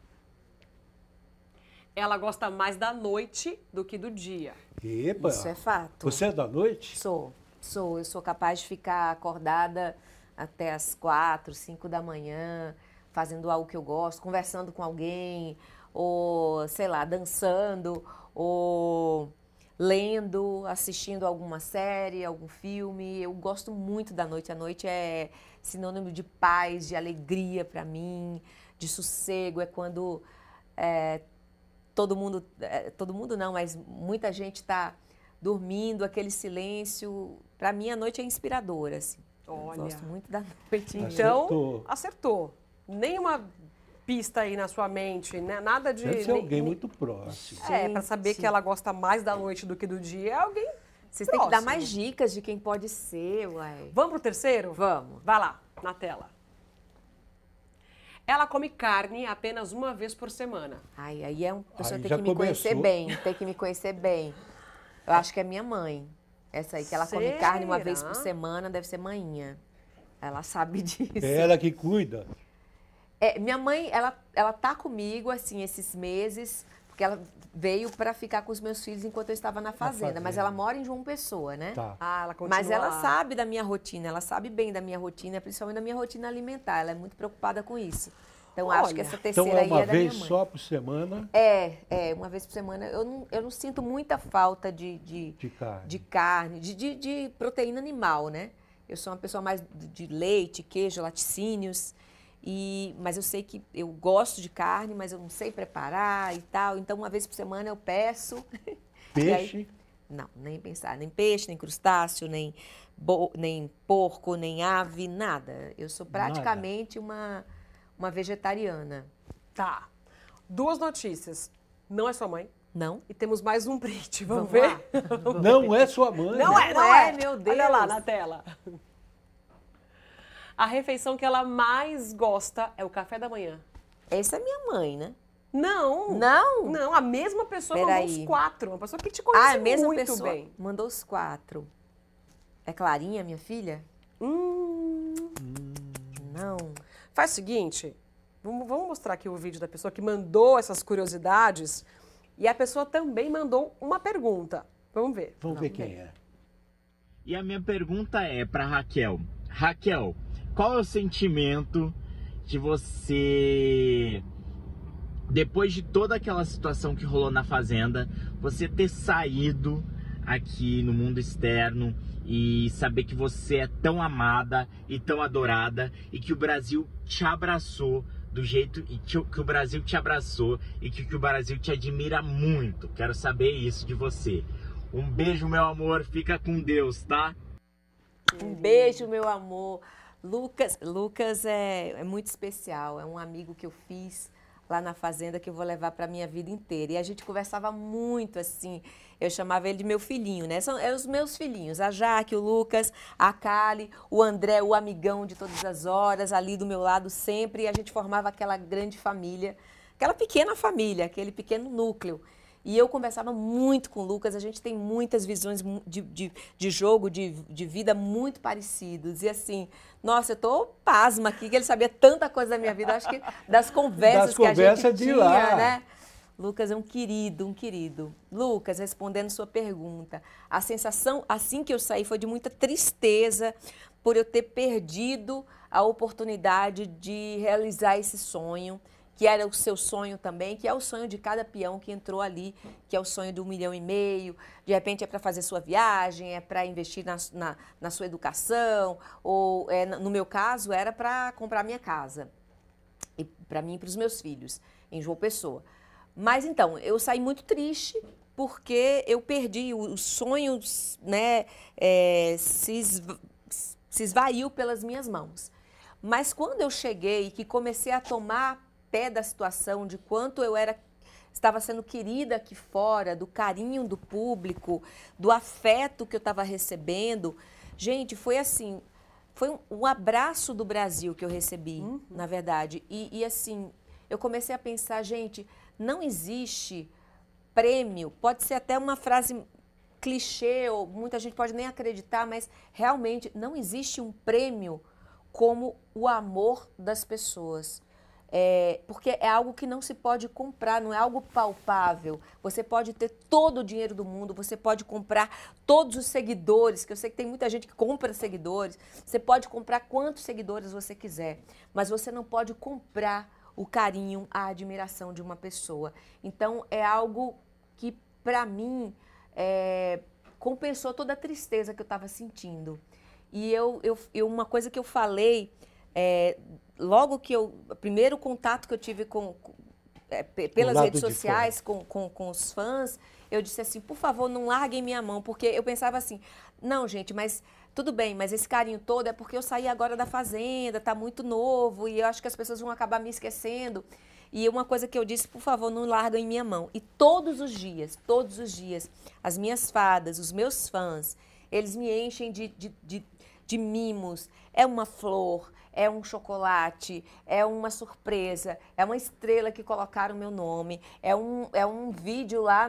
Speaker 2: Ela gosta mais da noite do que do dia.
Speaker 1: Epa.
Speaker 3: Isso é fato.
Speaker 1: Você é da noite?
Speaker 3: Sou. Eu sou capaz de ficar acordada até as 4, 5 da manhã, fazendo algo que eu gosto, conversando com alguém, ou, sei lá, dançando, ou lendo, assistindo alguma série, algum filme. Eu gosto muito da noite. A noite é sinônimo de paz, de alegria para mim, de sossego. É quando todo mundo não, mas muita gente está dormindo, aquele silêncio. Para mim, a noite é inspiradora, assim.
Speaker 2: Olha.
Speaker 3: Eu gosto muito da noite.
Speaker 2: Então, acertou. Nenhuma pista aí na sua mente, né? Nada de...
Speaker 1: Deve ser alguém muito próximo.
Speaker 2: para saber que ela gosta mais da noite do que do dia, é alguém
Speaker 3: Vocês têm que dar
Speaker 2: próximo.
Speaker 3: mais dicas de quem pode ser, uai.
Speaker 2: Vamos pro terceiro?
Speaker 3: Vamos.
Speaker 2: Vai lá, na tela. Ela come carne apenas uma vez por semana.
Speaker 3: Ai, aí é uma pessoa
Speaker 1: Aí
Speaker 3: tem
Speaker 1: já
Speaker 3: que me conhecer
Speaker 1: começou.
Speaker 3: bem, tem que me conhecer bem. Eu acho que é minha mãe. Essa aí, que ela come carne uma vez por
Speaker 2: Será?
Speaker 3: semana, deve ser manhinha. Ela sabe disso.
Speaker 1: É ela que cuida.
Speaker 3: Minha mãe, ela tá comigo, assim, esses meses, porque ela veio para ficar com os meus filhos enquanto eu estava na fazenda. Mas ela mora em João Pessoa, né?
Speaker 1: Tá.
Speaker 2: Ah, ela continua
Speaker 3: Mas ela
Speaker 2: lá.
Speaker 3: sabe da minha rotina, ela sabe bem da minha rotina, principalmente da minha rotina alimentar. Ela é muito preocupada com isso. Então, acho que
Speaker 2: Olha,
Speaker 3: essa
Speaker 1: Então
Speaker 3: terceira
Speaker 1: é
Speaker 3: aí
Speaker 1: uma
Speaker 3: é da minha
Speaker 1: vez
Speaker 3: mãe.
Speaker 1: só por semana
Speaker 3: Uma vez por semana. Eu não sinto muita falta de
Speaker 1: de carne.
Speaker 3: carne, de proteína animal, né? Eu sou uma pessoa mais de leite, queijo, laticínios. Mas eu sei que eu gosto de carne, mas eu não sei preparar e tal. Então, uma vez por semana eu peço.
Speaker 1: Peixe.
Speaker 3: Não, nem pensar. Nem peixe, nem crustáceo, nem porco, nem ave, nada. Eu sou praticamente uma vegetariana.
Speaker 2: Tá. 2 notícias. Não é sua mãe.
Speaker 3: Não?
Speaker 2: E temos mais um print. Vamos
Speaker 3: Vamos
Speaker 2: ver?
Speaker 1: Não é sua mãe.
Speaker 2: Não é,
Speaker 3: Não é, meu Deus.
Speaker 2: Olha lá na tela. A refeição que ela mais gosta é o café da manhã.
Speaker 3: Essa é minha mãe, né?
Speaker 2: Não.
Speaker 3: Não?
Speaker 2: Não, a mesma pessoa mandou
Speaker 3: Peraí.
Speaker 2: os 4. Uma pessoa que te conhece
Speaker 3: A mesma
Speaker 2: muito
Speaker 3: pessoa
Speaker 2: bem.
Speaker 3: mandou os 4. É Clarinha, minha filha? Não.
Speaker 2: Faz o seguinte, vamos mostrar aqui o vídeo da pessoa que mandou essas curiosidades e a pessoa também mandou uma pergunta. Vamos ver.
Speaker 1: Vamos ver quem é.
Speaker 7: E a minha pergunta é para Raquel. Raquel, qual é o sentimento de você, depois de toda aquela situação que rolou na fazenda, você ter saído aqui no mundo externo e saber que você é tão amada e tão adorada e que o Brasil te abraçou do jeito que o Brasil te abraçou e que o Brasil te admira muito? Quero saber isso de você. Um beijo, meu amor. Fica com Deus, tá?
Speaker 3: Um beijo, meu amor. Lucas é muito especial. É um amigo que eu fiz lá na fazenda que eu vou levar para minha vida inteira. E a gente conversava muito, assim. Eu chamava ele de meu filhinho, né? São os meus filhinhos. A Jaque, o Lucas, a Kali, o André, o amigão de todas as horas, ali do meu lado sempre. E a gente formava aquela grande família, aquela pequena família, aquele pequeno núcleo. E eu conversava muito com o Lucas, a gente tem muitas visões de jogo, de vida muito parecidos. E assim, nossa, eu tô pasma aqui, que ele sabia tanta coisa da minha vida, acho que das conversas que a gente
Speaker 1: de
Speaker 3: tinha,
Speaker 1: lá.
Speaker 3: né? Lucas é um querido, um querido. Lucas, respondendo sua pergunta, a sensação, assim que eu saí, foi de muita tristeza por eu ter perdido a oportunidade de realizar esse sonho, que era o seu sonho também, que é o sonho de cada peão que entrou ali, que é o sonho do 1,5 milhão. De repente é para fazer sua viagem, é para investir na sua educação, ou no meu caso era para comprar minha casa, e para mim e para os meus filhos, em João Pessoa. Mas então, eu saí muito triste, porque eu perdi os sonhos, né, se esvaiu pelas minhas mãos. Mas quando eu cheguei e que comecei a tomar pé da situação, de quanto eu estava sendo querida aqui fora, do carinho do público, do afeto que eu estava recebendo, gente, foi assim, foi um abraço do Brasil que eu recebi, na verdade. E assim, eu comecei a pensar, gente, não existe prêmio, pode ser até uma frase clichê, ou muita gente pode nem acreditar, mas realmente não existe um prêmio como o amor das pessoas. Porque é algo que não se pode comprar, não é algo palpável. Você pode ter todo o dinheiro do mundo, você pode comprar todos os seguidores, que eu sei que tem muita gente que compra seguidores, você pode comprar quantos seguidores você quiser, mas você não pode comprar o carinho, a admiração de uma pessoa. Então, é algo que, para mim, compensou toda a tristeza que eu estava sentindo. E uma coisa que eu falei... logo que o primeiro contato que eu tive pelas redes sociais com os fãs, eu disse assim, por favor, não larguem minha mão, porque eu pensava assim, não, gente, mas tudo bem, mas esse carinho todo é porque eu saí agora da fazenda, tá muito novo, e eu acho que as pessoas vão acabar me esquecendo. E uma coisa que eu disse, por favor, não larguem minha mão. E todos os dias, as minhas fadas, os meus fãs, eles me enchem de mimos, é uma flor, é um chocolate, é uma surpresa, é uma estrela que colocaram o meu nome, é um vídeo lá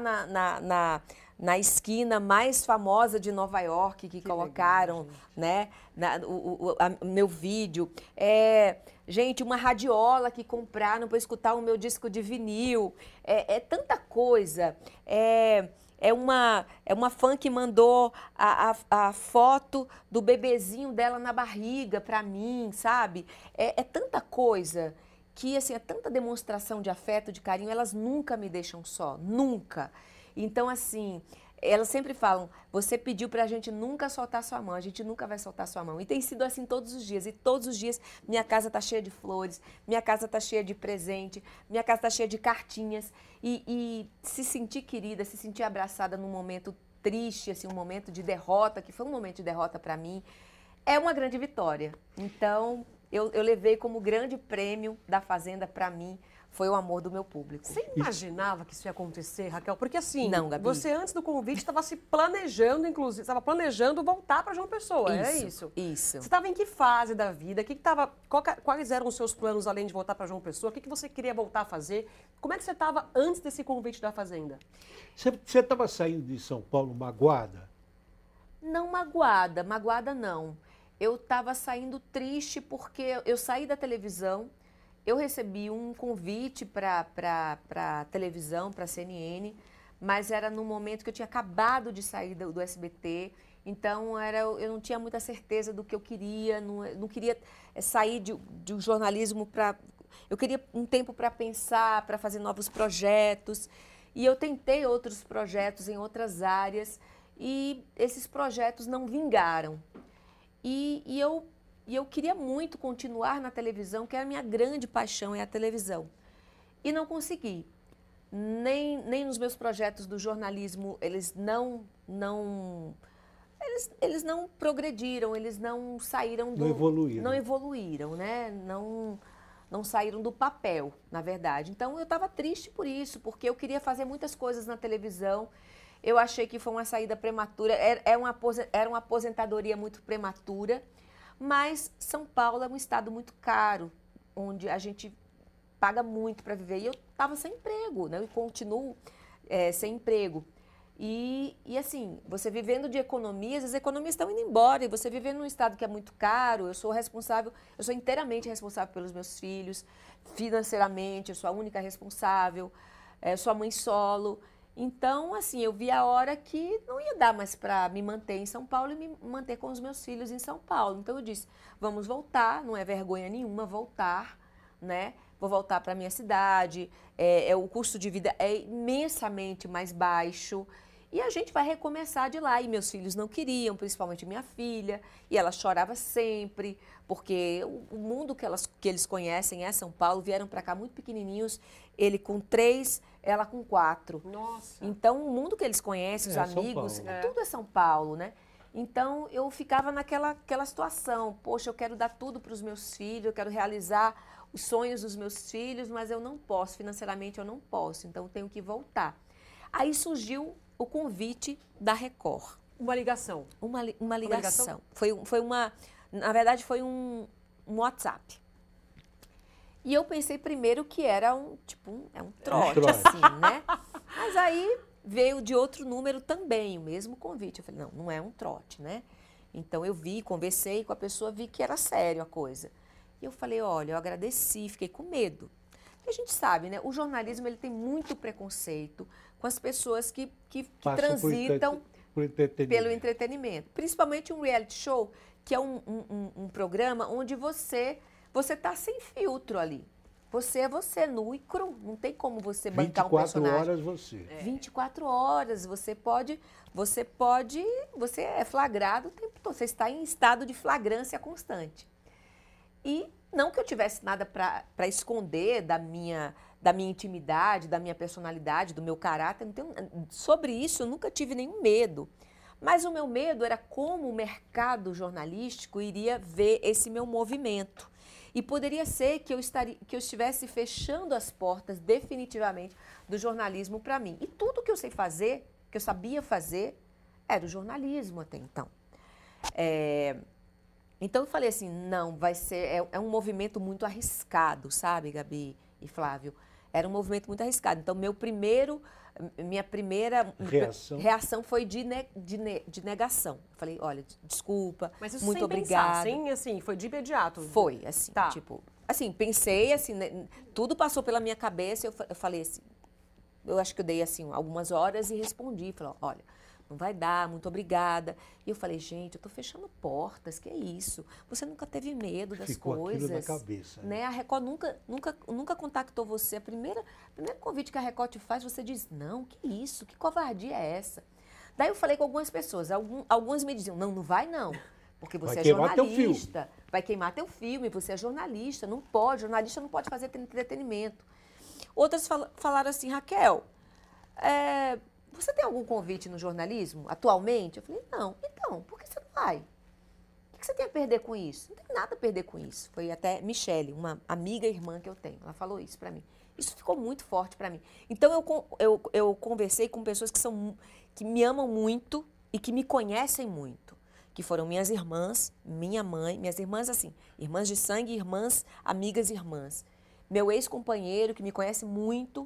Speaker 3: na esquina mais famosa de Nova York que colocaram, legal, né, meu vídeo. Gente, uma radiola que compraram para escutar o meu disco de vinil. É tanta coisa. É uma fã que mandou a foto do bebezinho dela na barriga para mim, sabe? É tanta coisa que, assim, é tanta demonstração de afeto, de carinho, elas nunca me deixam só, nunca. Então, assim, elas sempre falam, você pediu pra gente nunca soltar sua mão, a gente nunca vai soltar sua mão. E tem sido assim todos os dias, e todos os dias minha casa tá cheia de flores, minha casa tá cheia de presente, minha casa tá cheia de cartinhas. E se sentir querida, se sentir abraçada num momento triste, assim, um momento de derrota, que foi um momento de derrota para mim, é uma grande vitória. Então, eu levei como grande prêmio da Fazenda para mim, foi o amor do meu público.
Speaker 2: Você imaginava que isso ia acontecer, Raquel? Porque assim,
Speaker 3: não, Gabi,
Speaker 2: você antes do convite estava se planejando, inclusive, estava planejando voltar para João Pessoa, era isso?
Speaker 3: Isso.
Speaker 2: Você estava em que fase da vida? Quais eram os seus planos além de voltar para João Pessoa? O que você queria voltar a fazer? Como é que você estava antes desse convite da Fazenda?
Speaker 1: Você estava saindo de São Paulo magoada?
Speaker 3: Não magoada não. Eu estava saindo triste porque eu saí da televisão. Eu recebi um convite para a televisão, para a CNN, mas era no momento que eu tinha acabado de sair do SBT, então eu não tinha muita certeza do que eu queria, não queria sair de um jornalismo para... Eu queria um tempo para pensar, para fazer novos projetos, e eu tentei outros projetos em outras áreas, e esses projetos não vingaram. E eu queria muito continuar na televisão, que é a minha grande paixão, é a televisão. E não consegui. Nem nos meus projetos do jornalismo, eles não progrediram, eles não saíram do... Não evoluíram, né? Não saíram do papel, na verdade. Então, eu estava triste por isso, porque eu queria fazer muitas coisas na televisão. Eu achei que foi uma saída prematura, era uma aposentadoria muito prematura. Mas São Paulo é um estado muito caro, onde a gente paga muito para viver. E eu estava sem emprego, né? Eu continuo sem emprego. E assim, você vivendo de economias, as economias estão indo embora. E você vivendo num estado que é muito caro, eu sou inteiramente responsável pelos meus filhos, financeiramente, eu sou a única responsável, sou a mãe solo. Então, assim, eu vi a hora que não ia dar mais para me manter em São Paulo e me manter com os meus filhos em São Paulo. Então, eu disse, vamos voltar, não é vergonha nenhuma voltar, né? Vou voltar para a minha cidade, o custo de vida é imensamente mais baixo e a gente vai recomeçar de lá. E meus filhos não queriam, principalmente minha filha, e ela chorava sempre, porque o mundo que eles conhecem é São Paulo, vieram para cá muito pequenininhos, ele com 3, ela com 4.
Speaker 2: Nossa!
Speaker 3: Então, o mundo que eles conhecem, os amigos, tudo é São Paulo, né? Então, eu ficava naquela situação, poxa, eu quero dar tudo para os meus filhos, eu quero realizar os sonhos dos meus filhos, mas eu não posso, financeiramente eu não posso, então eu tenho que voltar. Aí surgiu o convite da Record.
Speaker 2: Uma ligação?
Speaker 3: Uma ligação. Na verdade, foi um WhatsApp. E eu pensei primeiro que era um trote, assim, né? Mas aí veio de outro número também, o mesmo convite. Eu falei, não é um trote, né? Então eu vi, conversei com a pessoa, vi que era sério a coisa. E eu falei, olha, eu agradeci, fiquei com medo. E a gente sabe, né? O jornalismo ele tem muito preconceito com as pessoas que transitam pelo entretenimento. Principalmente um reality show, que é um programa onde você está sem filtro ali. Você é você, nu e cru. Não tem como você bancar um personagem.
Speaker 1: 24 horas você.
Speaker 3: 24 horas, você é flagrado o tempo todo. Você está em estado de flagrância constante. E não que eu tivesse nada para esconder da minha intimidade, da minha personalidade, do meu caráter. Sobre isso, eu nunca tive nenhum medo. Mas o meu medo era como o mercado jornalístico iria ver esse meu movimento. E poderia ser que eu estivesse fechando as portas definitivamente do jornalismo para mim. E tudo que eu sei fazer, que eu sabia fazer, era o jornalismo até então. Então eu falei assim, não, vai ser, é um movimento muito arriscado, sabe, Gabi e Flávio? Era um movimento muito arriscado. Então minha primeira reação foi de negação. Eu falei, olha, desculpa,
Speaker 2: mas isso
Speaker 3: muito
Speaker 2: sem
Speaker 3: obrigada.
Speaker 2: Pensar, assim, foi de imediato?
Speaker 3: Foi, assim,
Speaker 2: tá.
Speaker 3: Tipo, assim, pensei, assim, né, tudo passou pela minha cabeça, eu falei assim, eu acho que eu dei, assim, algumas horas e respondi, falei, olha, não vai dar, muito obrigada. E eu falei, gente, eu tô fechando portas, que é isso? Você nunca teve medo das coisas.
Speaker 1: Ficou aquilo na cabeça.
Speaker 3: Né? A Record nunca contactou você. O primeiro convite que a Record te faz, você diz, não, que isso? Que covardia é essa? Daí eu falei com algumas pessoas, algumas me diziam, não vai não, porque você é jornalista. Vai queimar teu filme, você é jornalista, não pode, jornalista não pode fazer entretenimento. Outras falaram assim, Raquel, você tem algum convite no jornalismo atualmente? Eu falei, não. Então, por que você não vai? O que você tem a perder com isso? Não tem nada a perder com isso. Foi até Michele, uma amiga e irmã que eu tenho. Ela falou isso para mim. Isso ficou muito forte para mim. Então, eu conversei com pessoas que me amam muito e que me conhecem muito. Que foram minhas irmãs, minha mãe, minhas irmãs assim, irmãs de sangue, irmãs, amigas irmãs. Meu ex-companheiro, que me conhece muito,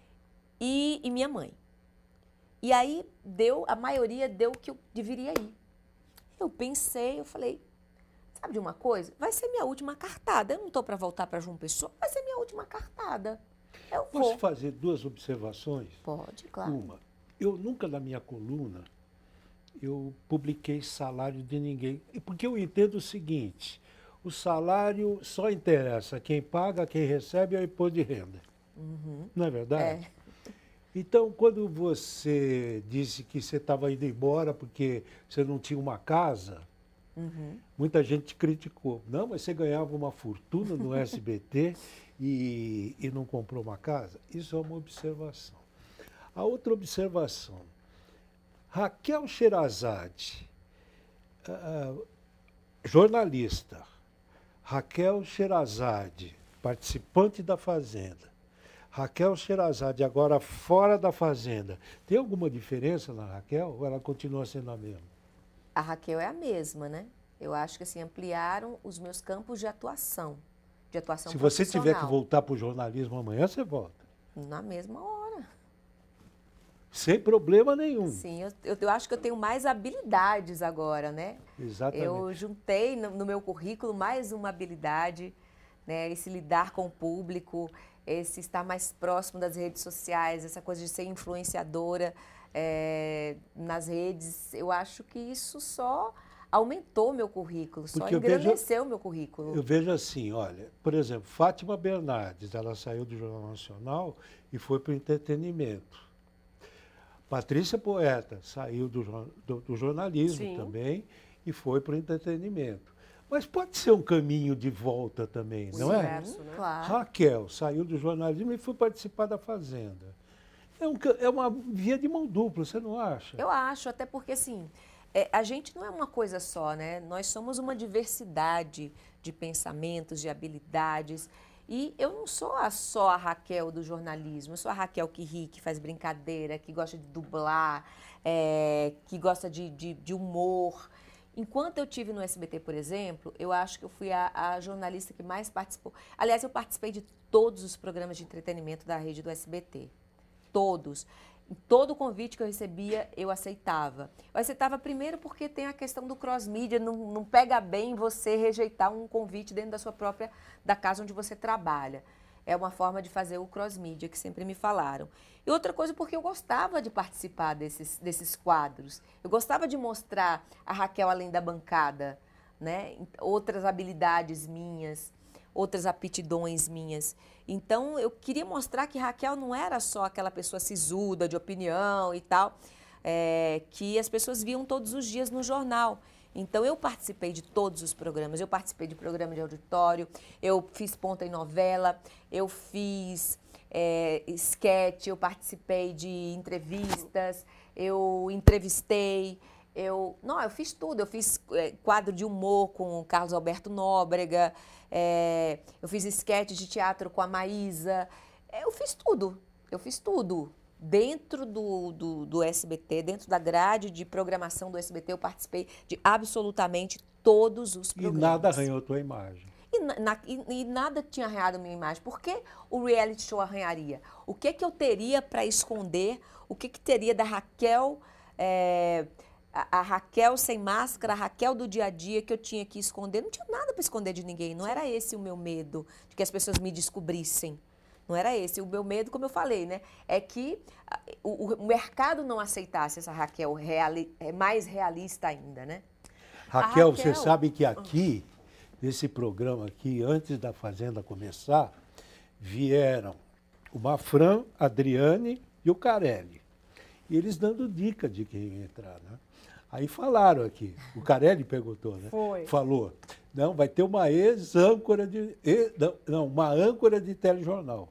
Speaker 3: e minha mãe. E aí, a maioria deu que eu deveria ir. Eu pensei, eu falei, sabe de uma coisa? Vai ser minha última cartada. Eu não estou para voltar para João Pessoa, vai ser minha última cartada. Eu vou.
Speaker 1: Posso fazer 2 observações?
Speaker 3: Pode, claro.
Speaker 1: Uma, eu nunca na minha coluna, eu publiquei salário de ninguém. Porque eu entendo o seguinte, o salário só interessa a quem paga, quem recebe é o imposto de renda.
Speaker 3: Uhum.
Speaker 1: Não é verdade? Então, quando você disse que você estava indo embora porque você não tinha uma casa, muita gente te criticou. Não, mas você ganhava uma fortuna no SBT e não comprou uma casa? Isso é uma observação. A outra observação, Raquel Sherazade, jornalista, Raquel Sherazade, participante da Fazenda, Raquel Sherazade, agora fora da Fazenda, tem alguma diferença na Raquel ou ela continua sendo a mesma?
Speaker 3: A Raquel é a mesma, né? Eu acho que assim, ampliaram os meus campos de atuação
Speaker 1: Se você tiver que voltar para o jornalismo amanhã, você volta.
Speaker 3: Na mesma hora.
Speaker 1: Sem problema nenhum.
Speaker 3: Sim, eu acho que eu tenho mais habilidades agora, né?
Speaker 1: Exatamente.
Speaker 3: Eu juntei no meu currículo mais uma habilidade, né? Esse lidar com o público, esse estar mais próximo das redes sociais, essa coisa de ser influenciadora nas redes. Eu acho que isso só aumentou meu currículo, só engrandeceu meu currículo.
Speaker 1: Eu vejo assim, olha, por exemplo, Fátima Bernardes, ela saiu do Jornal Nacional e foi para o entretenimento. Patrícia Poeta saiu do jornalismo também e foi para o entretenimento. Mas pode ser um caminho de volta também, não é?
Speaker 3: Né? Claro.
Speaker 1: Raquel saiu do jornalismo e foi participar da Fazenda. É uma via de mão dupla, você não acha?
Speaker 3: Eu acho, até porque assim, a gente não é uma coisa só, né? Nós somos uma diversidade de pensamentos, de habilidades. E eu não sou só a Raquel do jornalismo, eu sou a Raquel que ri, que faz brincadeira, que gosta de dublar, que gosta de humor. Enquanto eu tive no SBT, por exemplo, eu acho que eu fui a jornalista que mais participou. Aliás, eu participei de todos os programas de entretenimento da rede do SBT. Todos. todo convite que eu recebia, eu aceitava. Eu aceitava primeiro porque tem a questão do cross-mídia, não pega bem você rejeitar um convite dentro da casa onde você trabalha. É uma forma de fazer o cross-mídia, que sempre me falaram. E outra coisa, porque eu gostava de participar desses quadros. Eu gostava de mostrar a Raquel além da bancada, né? Outras habilidades minhas, outras aptidões minhas. Então, eu queria mostrar que Raquel não era só aquela pessoa sisuda, de opinião e tal, que as pessoas viam todos os dias no jornal. Então, eu participei de todos os programas. Eu participei de programa de auditório, eu fiz ponta em novela, eu fiz sketch, eu participei de entrevistas, eu entrevistei, eu fiz tudo. Eu fiz quadro de humor com o Carlos Alberto Nóbrega, eu fiz sketch de teatro com a Maísa, eu fiz tudo. Dentro do SBT, dentro da grade de programação do SBT, eu participei de absolutamente todos os programas.
Speaker 1: E nada arranhou tua imagem.
Speaker 3: E nada tinha arranhado a minha imagem. Por que o reality show arranharia? O que eu teria para esconder? O que teria da Raquel, a Raquel sem máscara, a Raquel do dia a dia que eu tinha que esconder? Não tinha nada para esconder de ninguém. Não era esse o meu medo, de que as pessoas me descobrissem. Não era esse. O meu medo, como eu falei, né, é que o mercado não aceitasse essa Raquel mais realista ainda, né?
Speaker 1: Raquel, você sabe que aqui, nesse programa aqui, antes da Fazenda começar, vieram o Mafran, a Adriane e o Carelli. E eles dando dica de quem ia entrar, né? Aí falaram aqui, o Carelli perguntou, né? Falou, não, vai ter uma ex-âncora uma âncora de telejornal.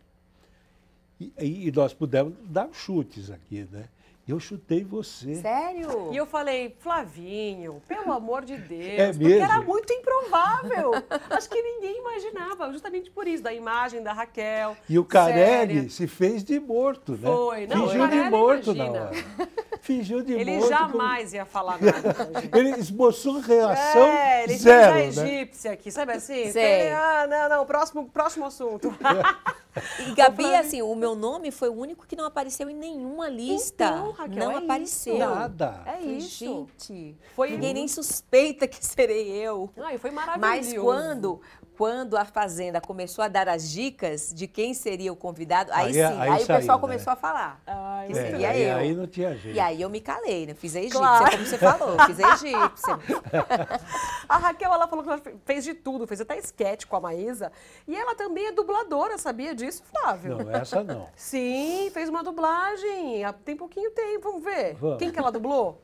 Speaker 1: E nós pudemos dar chutes aqui, né? Eu chutei você.
Speaker 3: Sério?
Speaker 2: E eu falei, Flavinho, pelo amor de Deus,
Speaker 1: É
Speaker 2: porque
Speaker 1: mesmo?
Speaker 2: era muito improvável. Acho que ninguém imaginava, justamente por isso, da imagem da Raquel.
Speaker 1: E o Carelli
Speaker 2: séria.
Speaker 1: se fez de morto, né?
Speaker 2: Foi, não,
Speaker 1: Fingiu
Speaker 2: o
Speaker 1: de
Speaker 2: Carelli,
Speaker 1: morto
Speaker 2: imagina.
Speaker 1: na hora. Fingiu de
Speaker 2: Ele
Speaker 1: morto.
Speaker 2: jamais ia falar nada pra gente.
Speaker 1: Ele esboçou reação
Speaker 2: ele
Speaker 1: zero,
Speaker 2: fez a
Speaker 1: né?
Speaker 2: egípcia aqui, sabe assim?
Speaker 3: Sei.
Speaker 2: Não, próximo assunto.
Speaker 3: E Gabi, assim, o meu nome foi o único que não apareceu em nenhuma lista.
Speaker 2: Então, Raquel,
Speaker 3: não
Speaker 2: é
Speaker 3: apareceu.
Speaker 1: Nada.
Speaker 2: É isso.
Speaker 3: Gente,
Speaker 2: Foi
Speaker 3: ninguém nem suspeita que serei eu.
Speaker 2: E foi maravilhoso.
Speaker 3: Mas quando a Fazenda começou a dar as dicas de quem seria o convidado, aí sim, aí o
Speaker 1: saiu,
Speaker 3: pessoal
Speaker 1: né?
Speaker 3: começou a falar. Que seria
Speaker 1: aí,
Speaker 3: eu.
Speaker 1: aí não tinha jeito.
Speaker 3: E aí eu me calei, né? Fiz a egípcia,
Speaker 2: Claro.
Speaker 3: como você falou, fiz a egípcia.
Speaker 2: A Raquel, ela falou que ela fez de tudo, fez até esquete com a Maísa. E ela também é dubladora, sabia disso, Flávio?
Speaker 1: Não, essa não.
Speaker 2: Sim, fez uma dublagem. Tem pouquinho tempo, vamos ver.
Speaker 1: Vamos.
Speaker 2: Quem que ela dublou?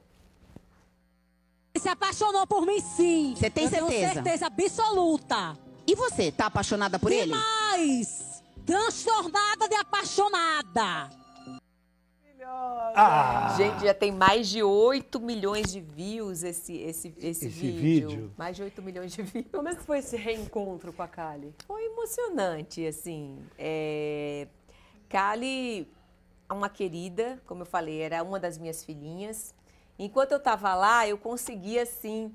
Speaker 8: Se apaixonou por mim, sim.
Speaker 9: Você tem
Speaker 8: Eu tenho
Speaker 9: certeza?
Speaker 8: certeza absoluta.
Speaker 9: E você, tá apaixonada por ele?
Speaker 8: Demais! Transtornada de apaixonada.
Speaker 3: Gente, já tem mais de 8 milhões de views esse vídeo. Mais de 8 milhões de views.
Speaker 2: Como é que foi esse reencontro com a Kali?
Speaker 3: Foi emocionante, assim. Kali, uma querida, como eu falei, era uma das minhas filhinhas. Enquanto eu estava lá, eu conseguia, assim...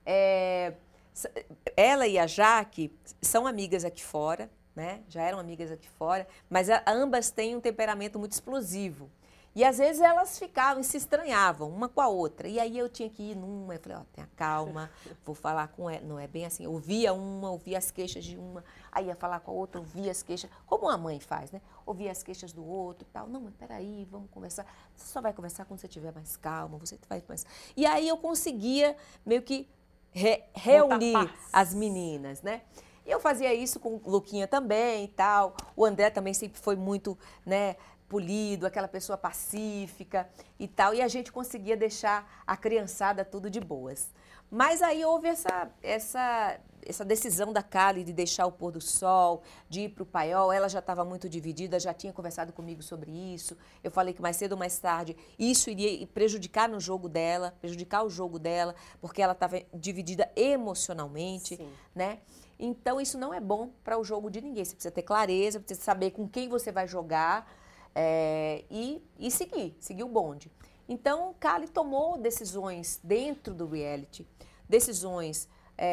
Speaker 3: ela e a Jaque são amigas aqui fora, né? Já eram amigas aqui fora, mas ambas têm um temperamento muito explosivo. E às vezes elas ficavam, se estranhavam uma com a outra. E aí eu tinha que ir numa, eu falei, tenha calma, vou falar com ela. Não é bem assim, eu ouvia uma, ouvia as queixas de uma, aí ia falar com a outra, ouvia as queixas, como uma mãe faz, né? Ouvia as queixas do outro e tal. Não, mas peraí, vamos conversar. Você só vai conversar quando você estiver mais calma, você vai mais... E aí eu conseguia meio que reunir as meninas, né? E eu fazia isso com o Luquinha também e tal. O André também sempre foi muito, né, polido, aquela pessoa pacífica e tal. E a gente conseguia deixar a criançada tudo de boas. Mas aí houve essa decisão da Kali de deixar o pôr do sol, de ir para o paiol. Ela já estava muito dividida, já tinha conversado comigo sobre isso. Eu falei que mais cedo ou mais tarde isso iria prejudicar o jogo dela, porque ela estava dividida emocionalmente, né? Então, isso não é bom para o jogo de ninguém. Você precisa ter clareza, precisa saber com quem você vai jogar e seguir o bonde. Então, Kali tomou decisões dentro do reality, decisões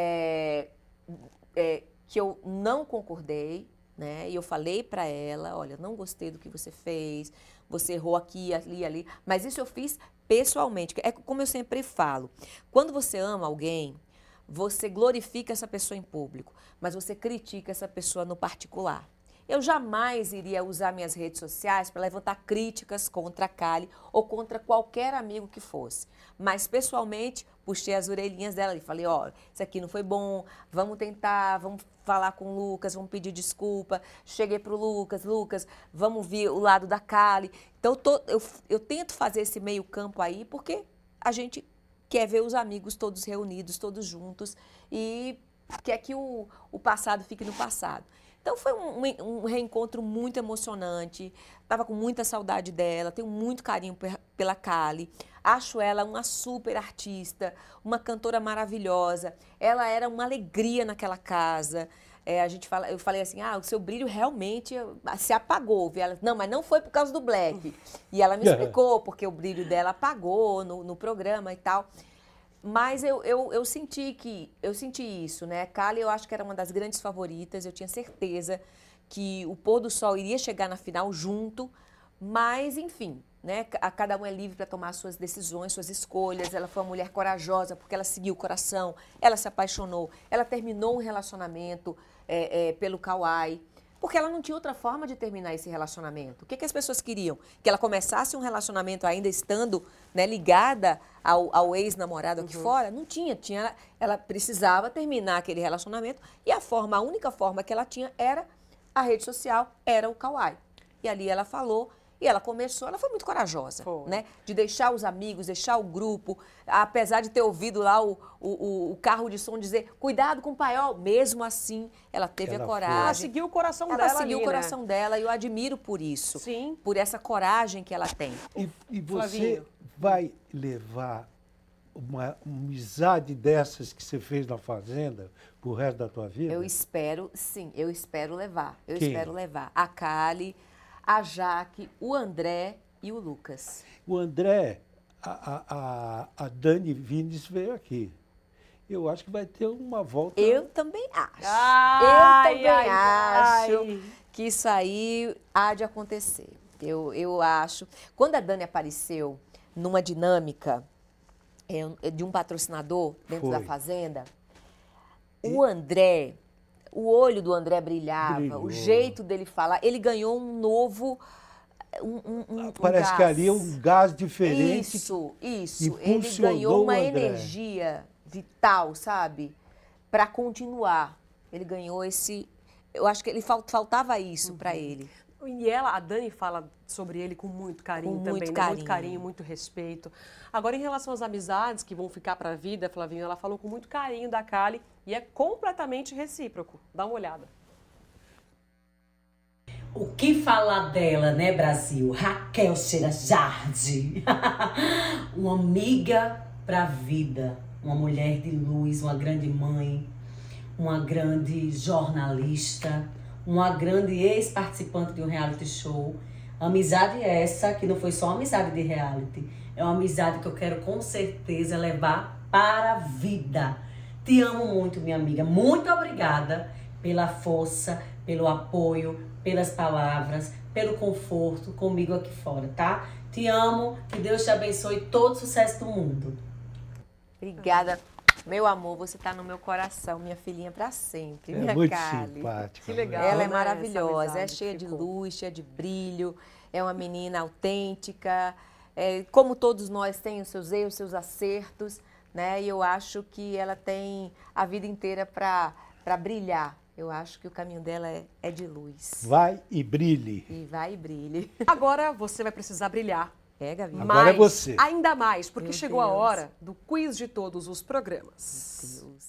Speaker 3: que eu não concordei, né? E eu falei para ela, olha, não gostei do que você fez, você errou aqui, ali, ali. Mas isso eu fiz pessoalmente. É como eu sempre falo, quando você ama alguém, você glorifica essa pessoa em público, mas você critica essa pessoa no particular. Eu jamais iria usar minhas redes sociais para levantar críticas contra a Kali ou contra qualquer amigo que fosse. Mas, pessoalmente, puxei as orelhinhas dela e falei, ó, isso aqui não foi bom, vamos tentar, vamos falar com o Lucas, vamos pedir desculpa. Cheguei para o Lucas, vamos ver o lado da Kali. Então, eu tento fazer esse meio campo aí porque a gente quer ver os amigos todos reunidos, todos juntos e quer que o passado fique no passado. Então, foi um reencontro muito emocionante, estava com muita saudade dela, tenho muito carinho pela Kali, acho ela uma super artista, uma cantora maravilhosa, ela era uma alegria naquela casa. Eu falei assim, o seu brilho realmente se apagou. Ela, não, mas não foi por causa do Black. E ela me explicou porque o brilho dela apagou no programa e tal. Mas eu senti isso, né? Kali, eu acho que era uma das grandes favoritas, eu tinha certeza que o pôr do sol iria chegar na final junto, mas, enfim, né? Cada um é livre para tomar suas decisões, suas escolhas. Ela foi uma mulher corajosa porque ela seguiu o coração, ela se apaixonou, ela terminou um relacionamento pelo Kawhi, porque ela não tinha outra forma de terminar esse relacionamento. O que as pessoas queriam? Que ela começasse um relacionamento ainda estando, né, ligada ao ex-namorado aqui fora? Não tinha. Ela precisava terminar aquele relacionamento e a única forma que ela tinha era a rede social, era o Kawhi. E ali ela falou, e ela começou, ela foi muito corajosa, né? De deixar os amigos, deixar o grupo, apesar de ter ouvido lá o carro de som dizer, cuidado com o paiol, mesmo assim, ela teve a coragem.
Speaker 2: Ela seguiu o coração dela.
Speaker 3: Ela seguiu o coração dela e eu admiro por isso.
Speaker 2: Sim.
Speaker 3: Por essa coragem que ela tem.
Speaker 1: E você vai levar uma amizade dessas que você fez na Fazenda pro resto da tua vida?
Speaker 3: Eu espero, sim, eu espero levar.
Speaker 1: Quem?
Speaker 3: Espero levar a Kali, a Jaque, o André e o Lucas.
Speaker 1: O André, a Dani Vindes veio aqui. Eu acho que vai ter uma volta.
Speaker 3: Eu também acho.
Speaker 2: Ai,
Speaker 3: eu também acho que isso aí há de acontecer. Eu acho. Quando a Dani apareceu numa dinâmica de um patrocinador dentro da Fazenda, o André, o olho do André brilhava, o jeito dele falar, ele ganhou um novo...
Speaker 1: Parece
Speaker 3: gás.
Speaker 1: que ali é um gás diferente.
Speaker 3: Isso. Ele ganhou uma energia vital, sabe? Para continuar. Ele ganhou esse... Eu acho que ele faltava isso para ele.
Speaker 2: E a Dani fala sobre ele com muito carinho também,
Speaker 3: muito
Speaker 2: né?
Speaker 3: carinho.
Speaker 2: Muito carinho, muito respeito. Agora, em relação às amizades que vão ficar para a vida, Flavinho, ela falou com muito carinho da Kali e é completamente recíproco. Dá uma olhada.
Speaker 10: O que falar dela, né, Brasil? Raquel Sherazade. Uma amiga para a vida, uma mulher de luz, uma grande mãe, uma grande jornalista, uma grande ex-participante de um reality show. Amizade essa que não foi só uma amizade de reality, é uma amizade que eu quero com certeza levar para a vida. Te amo muito, minha amiga. Muito obrigada pela força, pelo apoio, pelas palavras, pelo conforto comigo aqui fora, tá? Te amo, que Deus te abençoe, todo sucesso do mundo.
Speaker 3: Obrigada. Meu amor, você tá no meu coração, minha filhinha para sempre, minha
Speaker 1: muito
Speaker 3: Kali.
Speaker 1: simpática.
Speaker 2: Que legal.
Speaker 3: Ela é
Speaker 2: né?
Speaker 3: maravilhosa, é cheia de luz, cheia de brilho, é uma menina autêntica, como todos nós tem os seus erros, os seus acertos, né? E eu acho que ela tem a vida inteira para brilhar. Eu acho que o caminho dela é de luz.
Speaker 1: Vai e brilhe.
Speaker 3: E vai e brilhe.
Speaker 2: Agora você vai precisar brilhar.
Speaker 3: Gabi.
Speaker 1: Agora é você.
Speaker 2: Ainda mais, porque
Speaker 3: Meu
Speaker 2: chegou a
Speaker 3: Deus.
Speaker 2: hora do quiz de todos os programas.
Speaker 3: Meu Deus.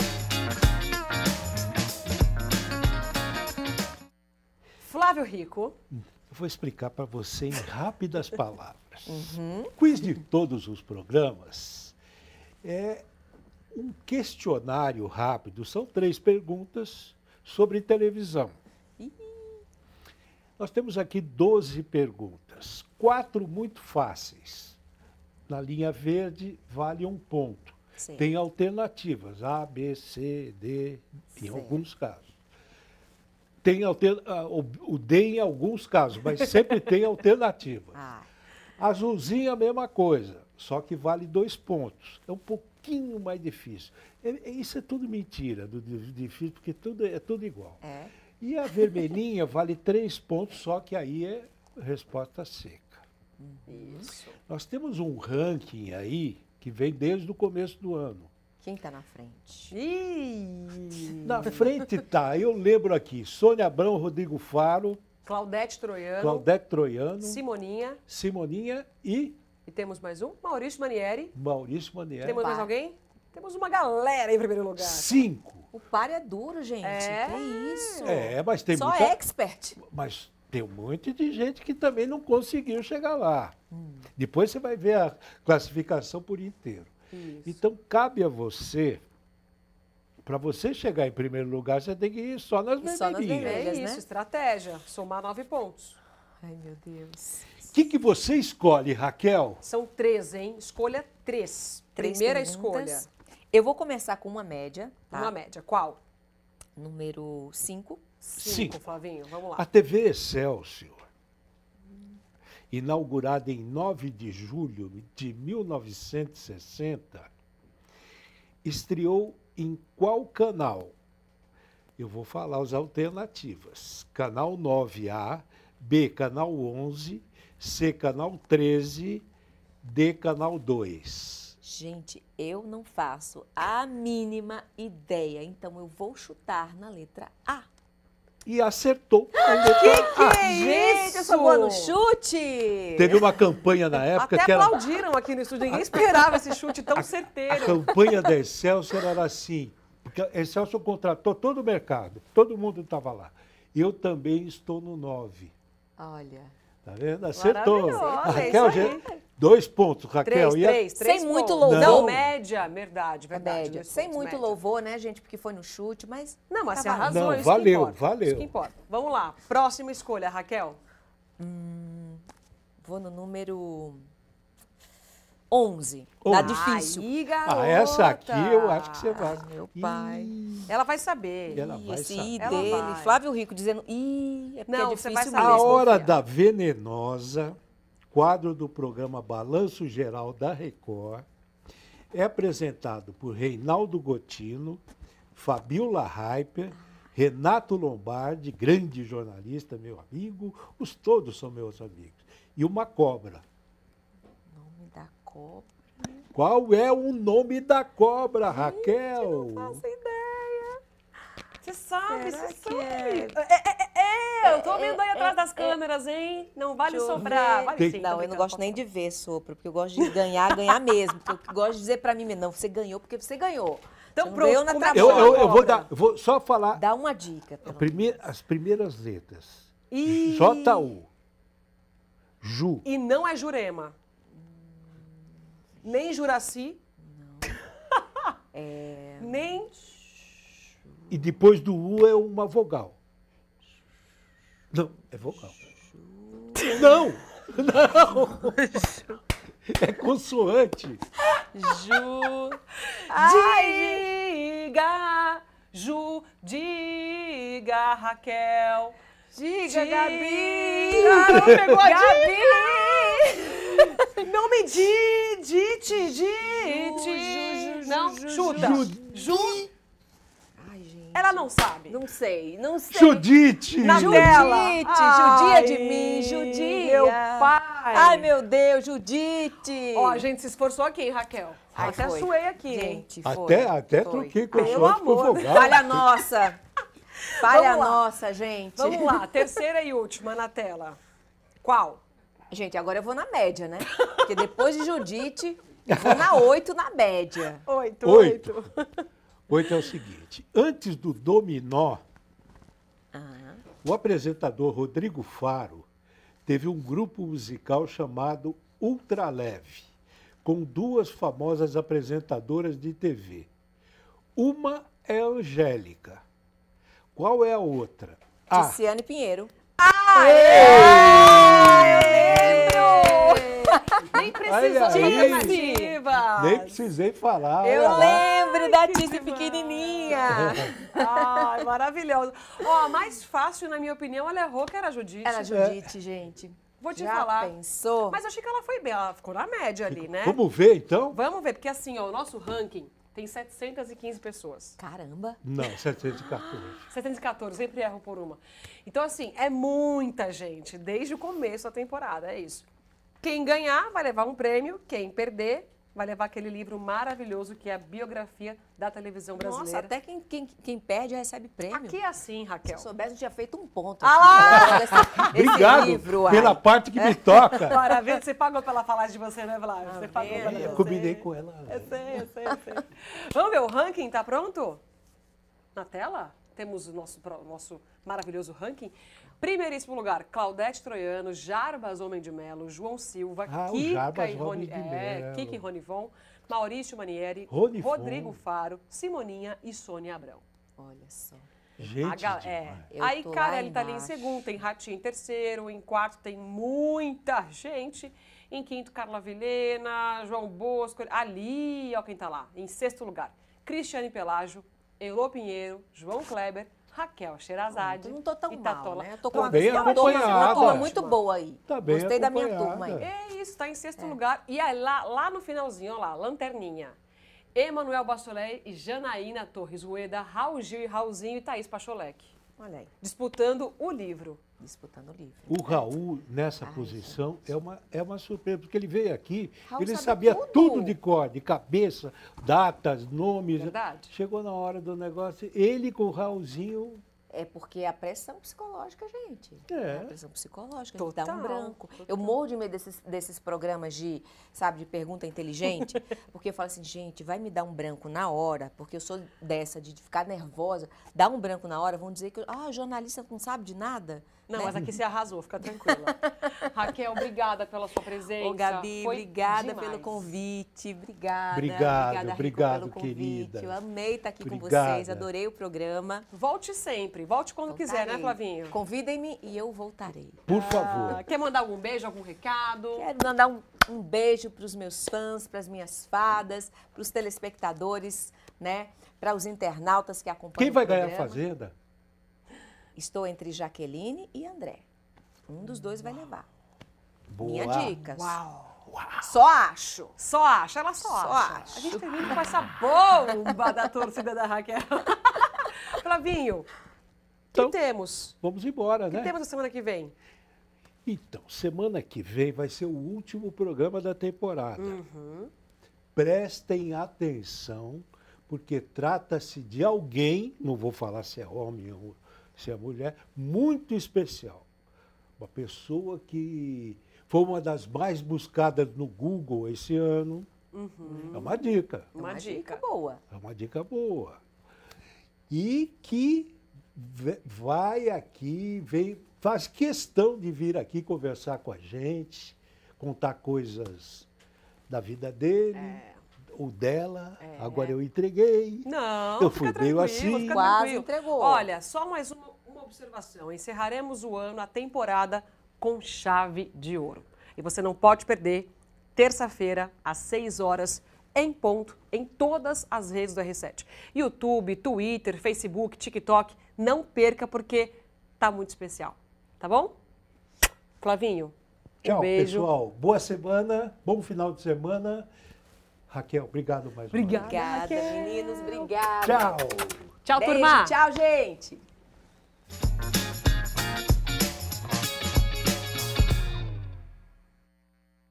Speaker 2: Flávio Rico.
Speaker 1: Eu vou explicar para você em rápidas palavras. O quiz de todos os programas é um questionário rápido. São 3 perguntas sobre televisão. Nós temos aqui 12 perguntas, 4 muito fáceis. Na linha verde, vale 1 ponto.
Speaker 3: Sim.
Speaker 1: Tem alternativas, A, B, C, D, em
Speaker 3: Sim.
Speaker 1: alguns casos. tem o D em alguns casos, mas sempre tem alternativa. Azulzinho, a mesma coisa, só que vale 2 pontos. É um pouquinho mais difícil. Isso é tudo mentira do difícil, porque é tudo igual. E a vermelhinha vale 3 pontos, só que aí é resposta seca.
Speaker 3: Isso.
Speaker 1: Nós temos um ranking aí que vem desde o começo do ano.
Speaker 3: Quem está na frente?
Speaker 1: Na frente tá, eu lembro aqui, Sônia Abrão, Rodrigo Faro,
Speaker 2: Claudete Troiano, Simoninha
Speaker 1: e
Speaker 2: temos mais um, Maurício Manieri.
Speaker 1: Temos
Speaker 2: mais alguém? Temos uma galera em primeiro lugar.
Speaker 1: 5.
Speaker 3: O par é duro, gente. Que isso?
Speaker 1: Mas tem
Speaker 3: Só expert.
Speaker 1: Mas tem um monte de gente que também não conseguiu chegar lá. Depois você vai ver a classificação por inteiro. Isso. Então, cabe a você, para você chegar em primeiro lugar, você tem que ir só nas vermelhinhas.
Speaker 2: É isso, estratégia. Somar 9 pontos.
Speaker 3: Ai, meu Deus.
Speaker 1: O que você escolhe, Raquel?
Speaker 2: São 3, hein? Escolha 3. Primeira escolha.
Speaker 3: Eu vou começar com uma média. Tá?
Speaker 2: Uma média. Qual?
Speaker 3: Número 5.
Speaker 2: 5, Flavinho. Vamos lá.
Speaker 1: A TV Excelsior, inaugurada em 9 de julho de 1960, estreou em qual canal? Eu vou falar as alternativas. Canal 9A, B, canal 11, C, canal 13, D, canal 2.
Speaker 3: Gente, eu não faço a mínima ideia, então eu vou chutar na letra A.
Speaker 1: E acertou a letra A.
Speaker 3: Gente, eu sou boa no chute!
Speaker 1: Teve uma campanha na época
Speaker 2: Até
Speaker 1: que era...
Speaker 2: aplaudiram aqui no estúdio, ninguém esperava esse chute tão certeiro.
Speaker 1: A campanha da Excelsior era assim, porque a Excelsior contratou todo o mercado, todo mundo estava lá. Eu também estou no 9.
Speaker 3: Olha.
Speaker 1: Tá vendo? Acertou.
Speaker 2: A
Speaker 1: Raquel, 2 pontos, Raquel.
Speaker 2: 3
Speaker 3: sem muito louvor.
Speaker 2: Não, média, verdade.
Speaker 3: Média. Sem muito louvor, né, gente? Porque foi no chute, mas...
Speaker 2: Não, mas você arrasou,
Speaker 1: não,
Speaker 2: isso
Speaker 1: valeu,
Speaker 2: que importa.
Speaker 1: valeu.
Speaker 2: Isso que importa. Vamos lá. Próxima escolha, Raquel.
Speaker 3: Vou no número 11. Tá difícil.
Speaker 2: Aí, garota.
Speaker 1: Essa aqui eu acho que você vai.
Speaker 3: Meu pai.
Speaker 2: Ela vai saber.
Speaker 1: Ela vai
Speaker 3: Esse
Speaker 1: saber.
Speaker 3: I dele. Flávio Rico dizendo, é porque
Speaker 2: Não,
Speaker 3: é
Speaker 2: você
Speaker 3: difícil
Speaker 2: vai
Speaker 3: mesmo.
Speaker 2: saber.
Speaker 1: A Hora da Venenosa, quadro do programa Balanço Geral da Record, é apresentado por Reinaldo Gotino, Fabiola Hyper, Renato Lombardi, grande jornalista, meu amigo, todos são meus amigos, e uma cobra.
Speaker 3: Nome da cobra?
Speaker 1: Qual é o nome da cobra, Raquel?
Speaker 2: Não faço ideia. Você sabe,
Speaker 3: Será
Speaker 2: você
Speaker 3: que
Speaker 2: sabe. Eu tô vendo aí atrás das câmeras, hein? Não vale sobrar. Vale sim,
Speaker 3: não, eu não gosto nem de ver sopro, porque eu gosto de ganhar mesmo. Porque eu gosto de dizer pra mim mesmo, não, você ganhou porque você ganhou.
Speaker 2: Então,
Speaker 3: pronto.
Speaker 1: Eu vou só falar.
Speaker 3: Dá uma dica.
Speaker 1: As primeiras letras. J-U. Ju.
Speaker 2: E não é Jurema. Nem Juraci. Não. Nem...
Speaker 1: E depois do U é uma vogal. Não, é vogal. Não! Não! É consoante.
Speaker 2: Diga, Raquel.
Speaker 3: Diga, Gabi.
Speaker 2: Não pegou a Gabi. Não me dite. Não, chuta. Ela não sabe.
Speaker 3: Não sei.
Speaker 1: Judite.
Speaker 2: Na tela.
Speaker 3: Judia de mim, judia.
Speaker 2: Meu pai.
Speaker 3: Ai, meu Deus, Judite.
Speaker 2: Ó, a gente se esforçou aqui, hein, Raquel? Até suei aqui, hein?
Speaker 3: Gente,
Speaker 1: até troquei com
Speaker 2: Pelo amor.
Speaker 1: vogal.
Speaker 3: Falha nossa. Falha nossa, gente.
Speaker 2: Vamos lá, terceira e última na tela. Qual?
Speaker 3: Gente, agora eu vou na média, né? Porque depois de Judite, eu vou na 8 na média.
Speaker 2: 8.
Speaker 1: 8 é o seguinte, antes do dominó, o apresentador Rodrigo Faro teve um grupo musical chamado Ultraleve, com 2 famosas apresentadoras de TV. Uma é a Angélica. Qual é a outra?
Speaker 3: Tiziane Pinheiro.
Speaker 2: Eu lembro! Nem precisou de alternativa.
Speaker 3: Meninas!
Speaker 1: Nem precisei falar.
Speaker 3: Eu
Speaker 1: olha lá.
Speaker 3: lembro da Tícia pequenininha.
Speaker 2: Ai, maravilhosa. Ó, a mais fácil, na minha opinião, ela errou, que era a Judite.
Speaker 3: Era a Judite, gente.
Speaker 2: Vou te
Speaker 3: Já
Speaker 2: falar.
Speaker 3: pensou?
Speaker 2: Mas achei que ela foi bem, ela ficou na média ali, né?
Speaker 1: Vamos ver, então?
Speaker 2: Vamos ver, porque assim, ó, o nosso ranking tem 715 pessoas.
Speaker 3: Caramba.
Speaker 1: Não, 714.
Speaker 2: 714, sempre erro por uma. Então, assim, é muita gente, desde o começo da temporada, é isso. Quem ganhar vai levar um prêmio, quem perder vai levar aquele livro maravilhoso que é a biografia da televisão brasileira.
Speaker 3: Nossa, até quem perde recebe prêmio.
Speaker 2: Aqui é assim, Raquel.
Speaker 3: Se eu soubesse, eu tinha feito um ponto.
Speaker 1: Obrigado
Speaker 3: livro,
Speaker 1: pela parte que me toca.
Speaker 2: Maravilha, você pagou pra ela falar de você, né, Flávia? Você pagou pra
Speaker 1: Eu combinei com ela.
Speaker 2: Eu sei. Vamos ver, o ranking tá pronto? Na tela? Temos o nosso maravilhoso ranking. Primeiríssimo lugar, Claudete Troiano, Jarbas Homem de Melo, João Silva, Kika e Ronivon, Maurício Manieri, Rodrigo Faro, Simoninha e Sônia Abrão.
Speaker 3: Olha só.
Speaker 1: Gente,
Speaker 2: Aí Carelli tá ali em segundo, tem Ratinho em terceiro, em quarto tem muita gente, em quinto Carla Vilhena, João Bosco, ali, ó quem tá lá, em sexto lugar, Cristiane Pelágio, Elô Pinheiro, João Kleber, Raquel Sherazade.
Speaker 3: Eu não tô tão mal, né? Eu tô com
Speaker 1: uma
Speaker 3: turma muito boa aí.
Speaker 1: Tá bem
Speaker 3: Gostei da minha turma aí.
Speaker 2: É isso, tá em sexto lugar. E aí, lá no finalzinho, ó lá, lanterninha. Emanuel Bassolé e Janaína Torres Rueda, Raul Gil e Raulzinho e Thaís Pacholec.
Speaker 3: Olha aí.
Speaker 2: Disputando o livro.
Speaker 1: O Raul, nessa posição, é uma surpresa, porque ele veio aqui,
Speaker 3: Raul
Speaker 1: ele
Speaker 3: sabe
Speaker 1: sabia
Speaker 3: tudo.
Speaker 1: tudo de cor, de cabeça, datas, nomes.
Speaker 2: Verdade.
Speaker 1: Chegou na hora do negócio, ele com o Raulzinho.
Speaker 3: É porque a pressão psicológica, gente.
Speaker 1: É.
Speaker 3: A pressão psicológica,
Speaker 2: Total,
Speaker 3: dá um branco.
Speaker 2: total.
Speaker 3: Eu morro de medo desses programas de pergunta inteligente, porque eu falo assim, gente, vai me dar um branco na hora, porque eu sou dessa, de ficar nervosa, dá um branco na hora, vão dizer que jornalista não sabe de nada.
Speaker 2: Não,
Speaker 3: né?
Speaker 2: mas aqui você arrasou, fica tranquila. Raquel, obrigada pela sua presença.
Speaker 3: Ô, Gabi,
Speaker 2: Foi
Speaker 3: obrigada
Speaker 2: demais.
Speaker 3: pelo convite. Obrigada.
Speaker 1: Obrigado,
Speaker 3: Obrigada, Rico, pelo
Speaker 1: querida.
Speaker 3: convite. Eu amei estar aqui
Speaker 1: Obrigada.
Speaker 3: com vocês, adorei o programa.
Speaker 2: Volte sempre, volte quando quiser, né,
Speaker 3: Voltarei.
Speaker 2: Flavinho?
Speaker 3: Convidem-me e eu voltarei.
Speaker 1: Por favor.
Speaker 2: Quer mandar algum beijo, algum recado?
Speaker 3: Quero mandar um beijo para os meus fãs, para as minhas fadas, para os telespectadores, né? Para os internautas que acompanham
Speaker 1: Quem vai
Speaker 3: o
Speaker 1: ganhar a
Speaker 3: programa.
Speaker 1: Fazenda?
Speaker 3: Estou entre Jaqueline e André. Um dos dois vai levar.
Speaker 1: Boa.
Speaker 3: Minha dica.
Speaker 2: Uau.
Speaker 3: Só acho.
Speaker 2: Só acha, ela só acha.
Speaker 3: acho.
Speaker 2: A gente termina com essa bomba da torcida da Raquel. Flavinho,
Speaker 1: Então,
Speaker 2: que temos?
Speaker 1: Vamos embora,
Speaker 2: O que
Speaker 1: né?
Speaker 2: temos na semana que vem?
Speaker 1: Então, semana que vem vai ser o último programa da temporada.
Speaker 2: Uhum.
Speaker 1: Prestem atenção, porque trata-se de alguém, não vou falar se é homem ou se é mulher, muito especial. Uma pessoa que foi uma das mais buscadas no Google esse ano. É uma dica.
Speaker 2: Uma dica
Speaker 3: boa.
Speaker 1: É uma dica boa. E que vai aqui, faz questão de vir aqui conversar com a gente, contar coisas da vida dele, ou dela. Agora eu entreguei.
Speaker 2: Não,
Speaker 1: eu
Speaker 2: fica
Speaker 1: fui meio
Speaker 2: tranquilo,
Speaker 1: assim.
Speaker 2: fica
Speaker 3: Quase
Speaker 2: tranquilo.
Speaker 3: entregou.
Speaker 2: Olha, só mais uma observação. Encerraremos o ano, a temporada, com chave de ouro. E você não pode perder, terça-feira, às 6 horas, em ponto, em todas as redes do R7. YouTube, Twitter, Facebook, TikTok. Não perca, porque tá muito especial. Tá bom? Flavinho,
Speaker 1: Tchau,
Speaker 2: um beijo.
Speaker 1: pessoal. Boa semana, bom final de semana. Raquel, obrigado mais uma vez.
Speaker 3: Obrigada, meninos. Obrigada.
Speaker 1: Tchau.
Speaker 2: Tchau,
Speaker 3: Beijo,
Speaker 2: turma.
Speaker 3: Tchau, gente.